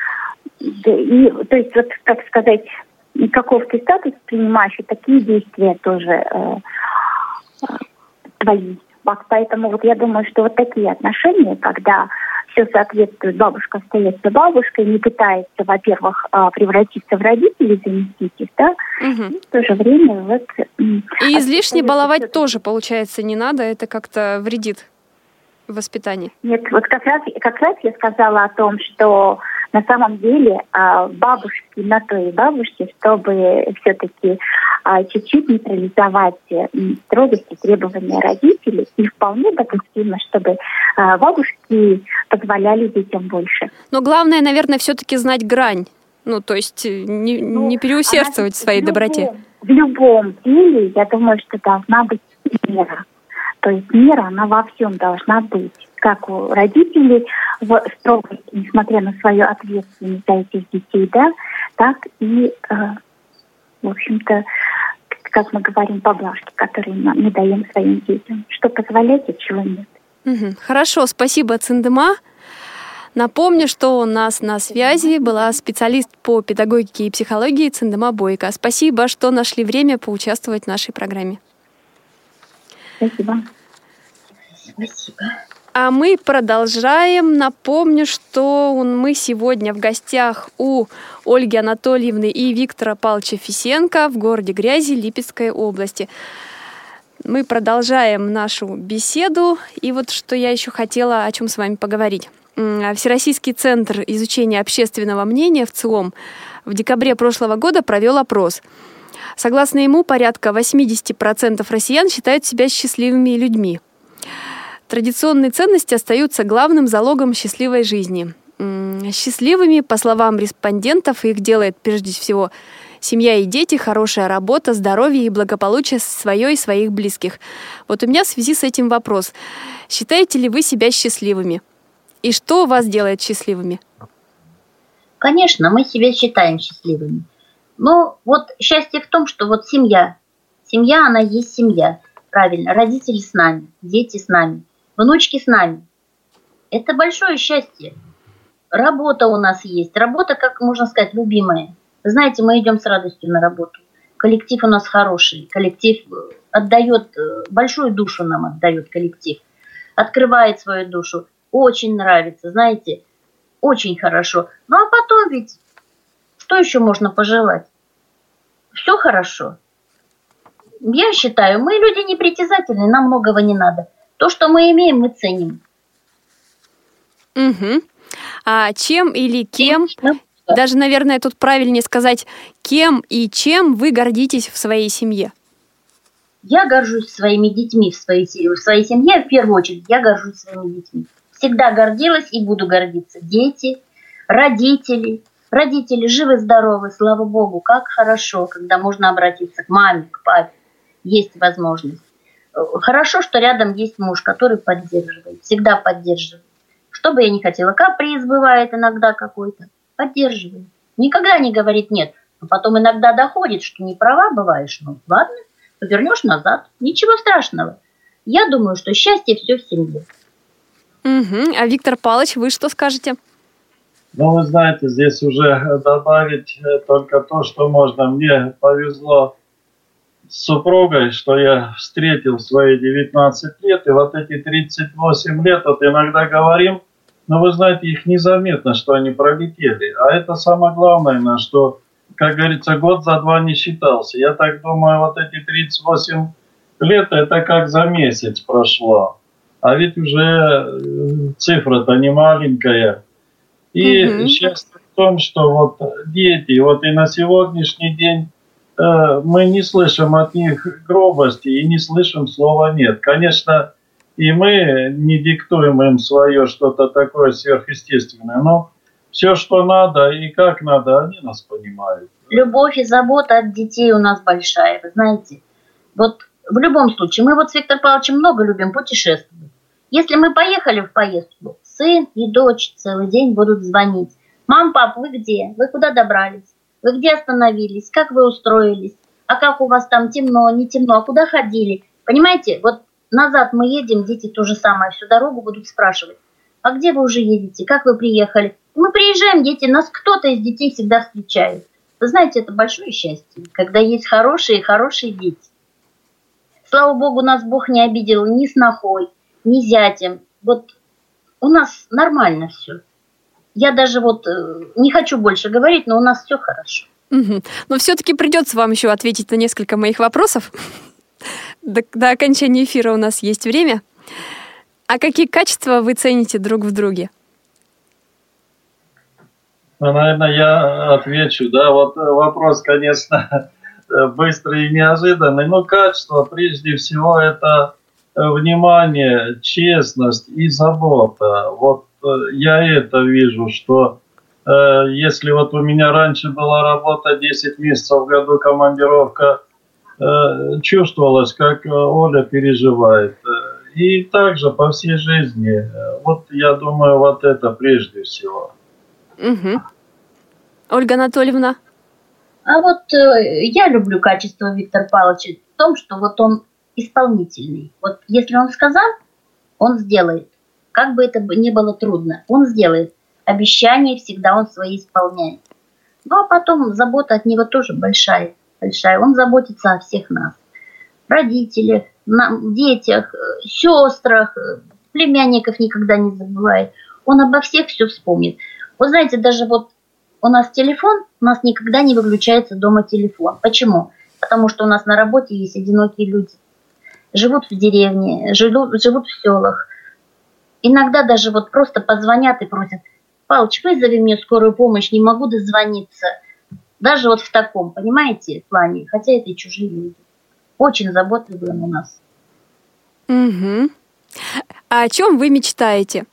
I: И, то есть, вот, как сказать, каков ты статус принимающий, такие действия тоже э, э, твои. Поэтому вот я думаю, что вот такие отношения, когда все соответствует, бабушка остается бабушкой, не пытается, во-первых, э, превратиться в родителей, заместить их, да,
E: угу.
I: и в то же время вот... Э,
E: и излишне баловать тоже, получается, не надо, это как-то вредит воспитанию.
I: Нет, вот как раз, как раз я сказала о том, что на самом деле бабушки на то и бабушки, чтобы все-таки чуть-чуть нейтрализовать строгости требования родителей, и вполне допустимо, чтобы бабушки позволяли детям больше.
E: Но главное, наверное, все-таки знать грань. Ну, то есть не, ну, не переусердствовать в своей
I: в
E: доброте.
I: Любом, в любом деле, я думаю, что должна быть мера. То есть мера, она во всем должна быть. Как у родителей, в строгости, несмотря на свою ответственность за этих детей, да, так и, э, в общем-то, как мы говорим, поблажки, которые мы даем своим детям. Что позволять, а чего нет.
E: Угу. Хорошо, спасибо, Циндыма. Напомню, что у нас на связи была специалист по педагогике и психологии Циндыма Бойко. Спасибо, что нашли время поучаствовать в нашей программе.
I: Спасибо.
F: Спасибо.
E: А мы продолжаем. Напомню, что мы сегодня в гостях у Ольги Анатольевны и Виктора Павловича Фисенко в городе Грязи Липецкой области. Мы продолжаем нашу беседу. И вот что я еще хотела о чем с вами поговорить. Всероссийский центр изучения общественного мнения в ЦИОМ в декабре прошлого года провел опрос. Согласно ему, порядка восемьдесят процентов россиян считают себя счастливыми людьми. Традиционные ценности остаются главным залогом счастливой жизни. Счастливыми, по словам респондентов, их делает прежде всего семья и дети, хорошая работа, здоровье и благополучие свое и своих близких. Вот у меня в связи с этим вопрос. Считаете ли вы себя счастливыми? И что вас делает счастливыми?
F: Конечно, мы себя считаем счастливыми. Но вот счастье в том, что вот семья. Семья, она есть семья. Правильно, родители с нами, дети с нами. Внучки с нами. Это большое счастье. работа у нас есть. Работа, как можно сказать, любимая. Вы знаете, мы идем с радостью на работу. Коллектив у нас хороший. Коллектив отдает, большую душу нам отдает коллектив. Открывает свою душу. Очень нравится, знаете, очень хорошо. Ну а потом ведь, что еще можно пожелать? Все хорошо. Я считаю, мы люди непритязательные, нам многого не надо. То, что мы имеем, мы ценим.
E: Угу. А чем или кем, даже, наверное, тут правильнее сказать, кем и чем вы гордитесь в своей семье?
F: Я горжусь своими детьми в своей, в своей семье. В первую очередь, я горжусь своими детьми. Всегда гордилась и буду гордиться. Дети, родители. Родители живы-здоровы, слава Богу. Как хорошо, когда можно обратиться к маме, к папе. Есть возможность. Хорошо, что рядом есть муж, который поддерживает. Всегда поддерживает. Что бы я ни хотела, каприз бывает иногда какой-то. Поддерживает. Никогда не говорит нет. Но потом иногда доходит, что не права бываешь. Ну ладно, повернешь назад. Ничего страшного. Я думаю, что счастье все в семье.
E: Угу. А Виктор Павлович, вы что скажете?
G: Ну, вы знаете, здесь уже добавить только то, что можно. Мне повезло с супругой, что я встретил в свои девятнадцать лет, и вот эти тридцать восемь лет, вот иногда говорим, но вы знаете, их незаметно, что они пролетели. А это самое главное, на что, как говорится, год за два не считался. Я так думаю, вот эти тридцать восемь лет, это как за месяц прошло. А ведь уже цифра-то не маленькая. И mm-hmm. счастье в том, что вот дети, вот и на сегодняшний день э, мы не слышим от них грубости и не слышим слова «нет». Конечно, и мы не диктуем им свое что-то такое сверхъестественное, но все, что надо и как надо, они нас понимают.
F: Любовь и забота от детей у нас большая, вы знаете. Вот в любом случае, мы вот с Виктором Павловичем много любим путешествовать. Если мы поехали в поездку, сын и дочь целый день будут звонить. Мам, пап, вы где? Вы куда добрались? Вы где остановились? Как вы устроились? А как у вас там темно, не темно? А куда ходили? Понимаете, вот назад мы едем, дети то же самое всю дорогу будут спрашивать. А где вы уже едете? Как вы приехали? Мы приезжаем, дети, нас кто-то из детей всегда встречает. Вы знаете, это большое счастье, когда есть хорошие, хорошие дети. Слава Богу, нас Бог не обидел ни снохой, ни зятем. Вот у нас нормально все. Я даже вот э, не хочу больше говорить, но у нас все хорошо.
E: Угу. Но все-таки придется вам еще ответить на несколько моих вопросов. До, до окончания эфира у нас есть время. А какие качества вы цените друг в друге?
G: Ну, наверное, я отвечу. Да, вот вопрос, конечно, быстрый и неожиданный. Но качество, прежде всего, это внимание, честность и забота. Вот я это вижу, что э, если вот у меня раньше была работа десять месяцев в году, командировка, э, чувствовалось, как Оля переживает. И также по всей жизни. Вот я думаю, вот это прежде всего.
E: Угу. Ольга Анатольевна?
F: А вот э, я люблю качество Виктора Павловича в том, что вот он исполнительный. Вот если он сказал, он сделает. Как бы это ни было трудно, он сделает. Обещания всегда он свои исполняет. Ну а потом забота от него тоже большая. большая. Он заботится о всех нас. Родителях, нам, детях, сестрах, племянников никогда не забывает. Он обо всех все вспомнит. Вы знаете, даже вот у нас телефон, у нас никогда не выключается дома телефон. Почему? Потому что у нас на работе есть одинокие люди. Живут в деревне, живут, живут в селах. Иногда даже вот просто позвонят и просят: Павлович, вызови мне скорую помощь, не могу дозвониться. Даже вот в таком, понимаете, плане. Хотя это и чужие люди. Очень заботливый он у нас.
E: Угу. А о чем вы мечтаете?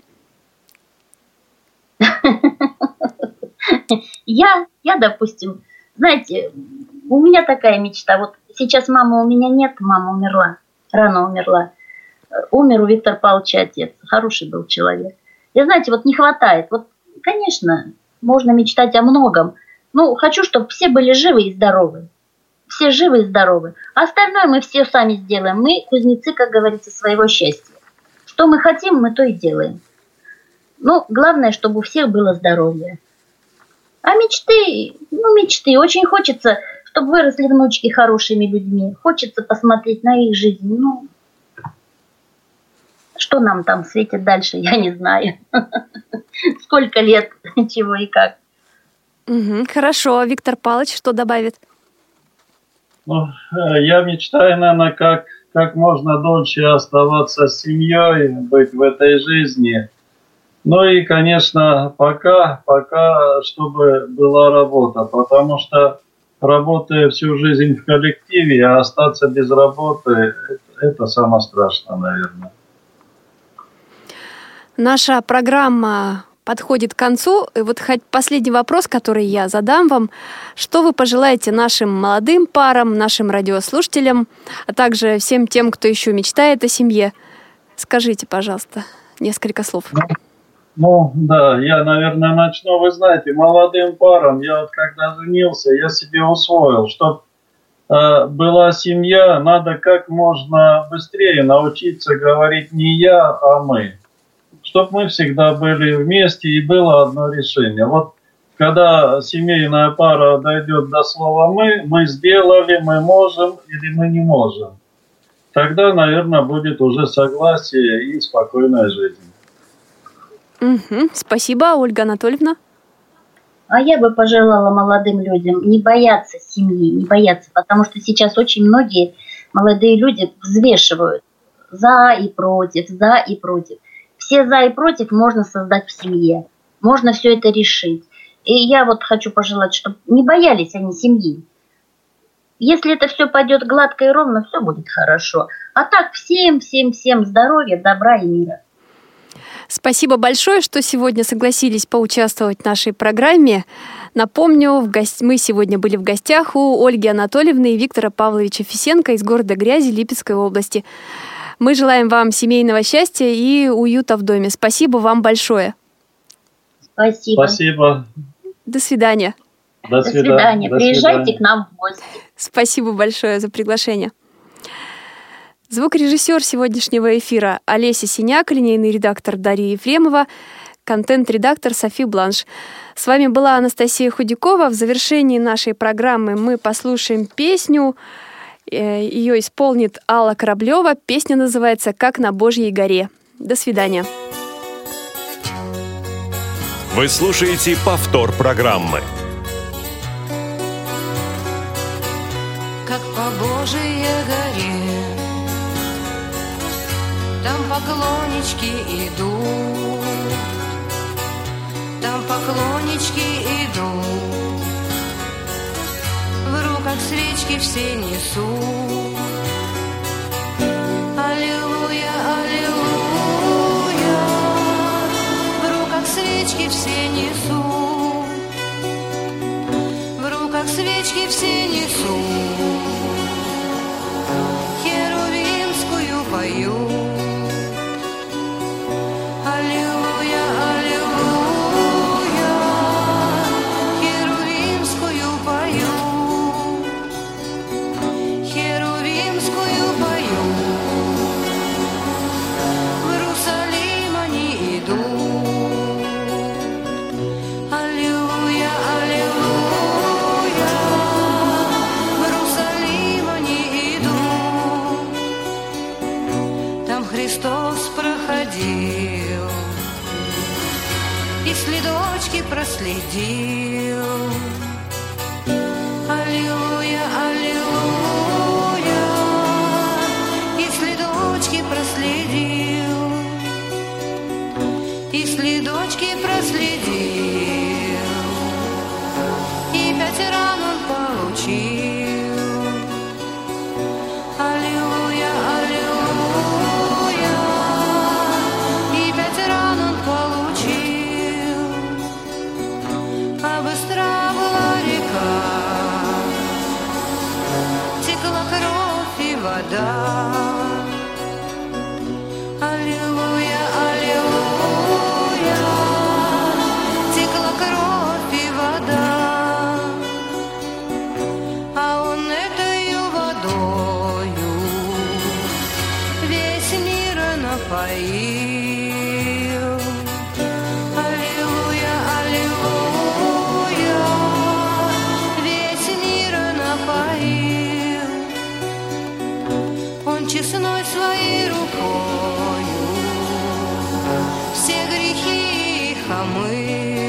F: Я, я, допустим, знаете, у меня такая мечта. Вот сейчас мамы у меня нет, мама умерла, рано умерла. Умер у Виктора Павловича отец, хороший был человек. И знаете, вот не хватает. Вот, конечно, можно мечтать о многом. Ну, хочу, чтобы все были живы и здоровы. Все живы и здоровы. А остальное мы все сами сделаем. Мы кузнецы, как говорится, своего счастья. Что мы хотим, мы то и делаем. Ну, главное, чтобы у всех было здоровье. А мечты, ну, мечты. Очень хочется, чтобы выросли внучки хорошими людьми. Хочется посмотреть на их жизнь. Ну, что нам там светит дальше, я не знаю. Сколько лет, чего и как.
E: Угу, хорошо. Виктор Павлович что добавит?
G: Ну, я мечтаю, наверное, как, как можно дольше оставаться с семьей, быть в этой жизни. Ну и, конечно, пока, пока, чтобы была работа, потому что работая всю жизнь в коллективе, а остаться без работы, это, это самое страшное, наверное.
E: Наша программа подходит к концу. И вот хоть последний вопрос, который я задам вам. Что вы пожелаете нашим молодым парам, нашим радиослушателям, а также всем тем, кто еще мечтает о семье? Скажите, пожалуйста, несколько слов.
G: Ну, да, я, наверное, начну. Вы знаете, молодым парам, я вот когда женился, я себе усвоил, что э, была семья, надо как можно быстрее научиться говорить не я, а мы. Чтобы мы всегда были вместе и было одно решение. Вот когда семейная пара дойдет до слова «мы», мы сделали, мы можем или мы не можем, тогда, наверное, будет уже согласие и спокойная жизнь.
E: Угу. Спасибо, Ольга Анатольевна.
F: А я бы пожелала молодым людям не бояться семьи, не бояться, потому что сейчас очень многие молодые люди взвешивают за и против, за и против. Все за и против можно создать в семье, можно все это решить. И я вот хочу пожелать, чтобы не боялись они семьи. Если это все пойдет гладко и ровно, все будет хорошо. А так всем, всем, всем здоровья, добра и мира.
E: Спасибо большое, что сегодня согласились поучаствовать в нашей программе. Напомню, в гость... мы сегодня были в гостях у Ольги Анатольевны и Виктора Павловича Фисенко из города Грязи Липецкой области. Мы желаем вам семейного счастья и уюта в доме. Спасибо вам большое.
F: Спасибо.
G: Спасибо.
E: До свидания.
G: До,
F: До
G: свидания.
F: свидания.
G: До
F: Приезжайте
G: свидания.
F: к нам в гости.
E: Спасибо большое за приглашение. Звукорежиссер сегодняшнего эфира Олеся Синяк, линейный редактор Дарья Ефремова, контент-редактор Софи Бланш. С вами была Анастасия Худякова. В завершении нашей программы мы послушаем песню. Ее исполнит Алла Кораблева. Песня называется «Как на Божьей горе». До свидания.
D: Вы слушаете повтор программы.
J: Как по Божьей горе, там поклоннички идут, там поклоннички идут, в руках свечки все несут. Аллилуйя, аллилуйя, в руках свечки все несут, в руках свечки все несут, херувимскую поют. Аллилуйя, аллилуйя, херувимскую поют, херувимскую поют. В Иерусалим они идут. Аллилуйя, аллилуйя, в Иерусалим они идут. Там Христос проходил и следочки проследил. Аллилуйя, аллилуйя, и следочки проследил, и следочки проследил, и пять ран он получил. Аллилуйя, аллилуйя, и пять ран он получил. А быстра была река, текла кровь и вода. Аллилуйя, аллилуйя, текла кровь и вода. А он этою водою весь мир напоил. честной своей рукою все грехи их омыл.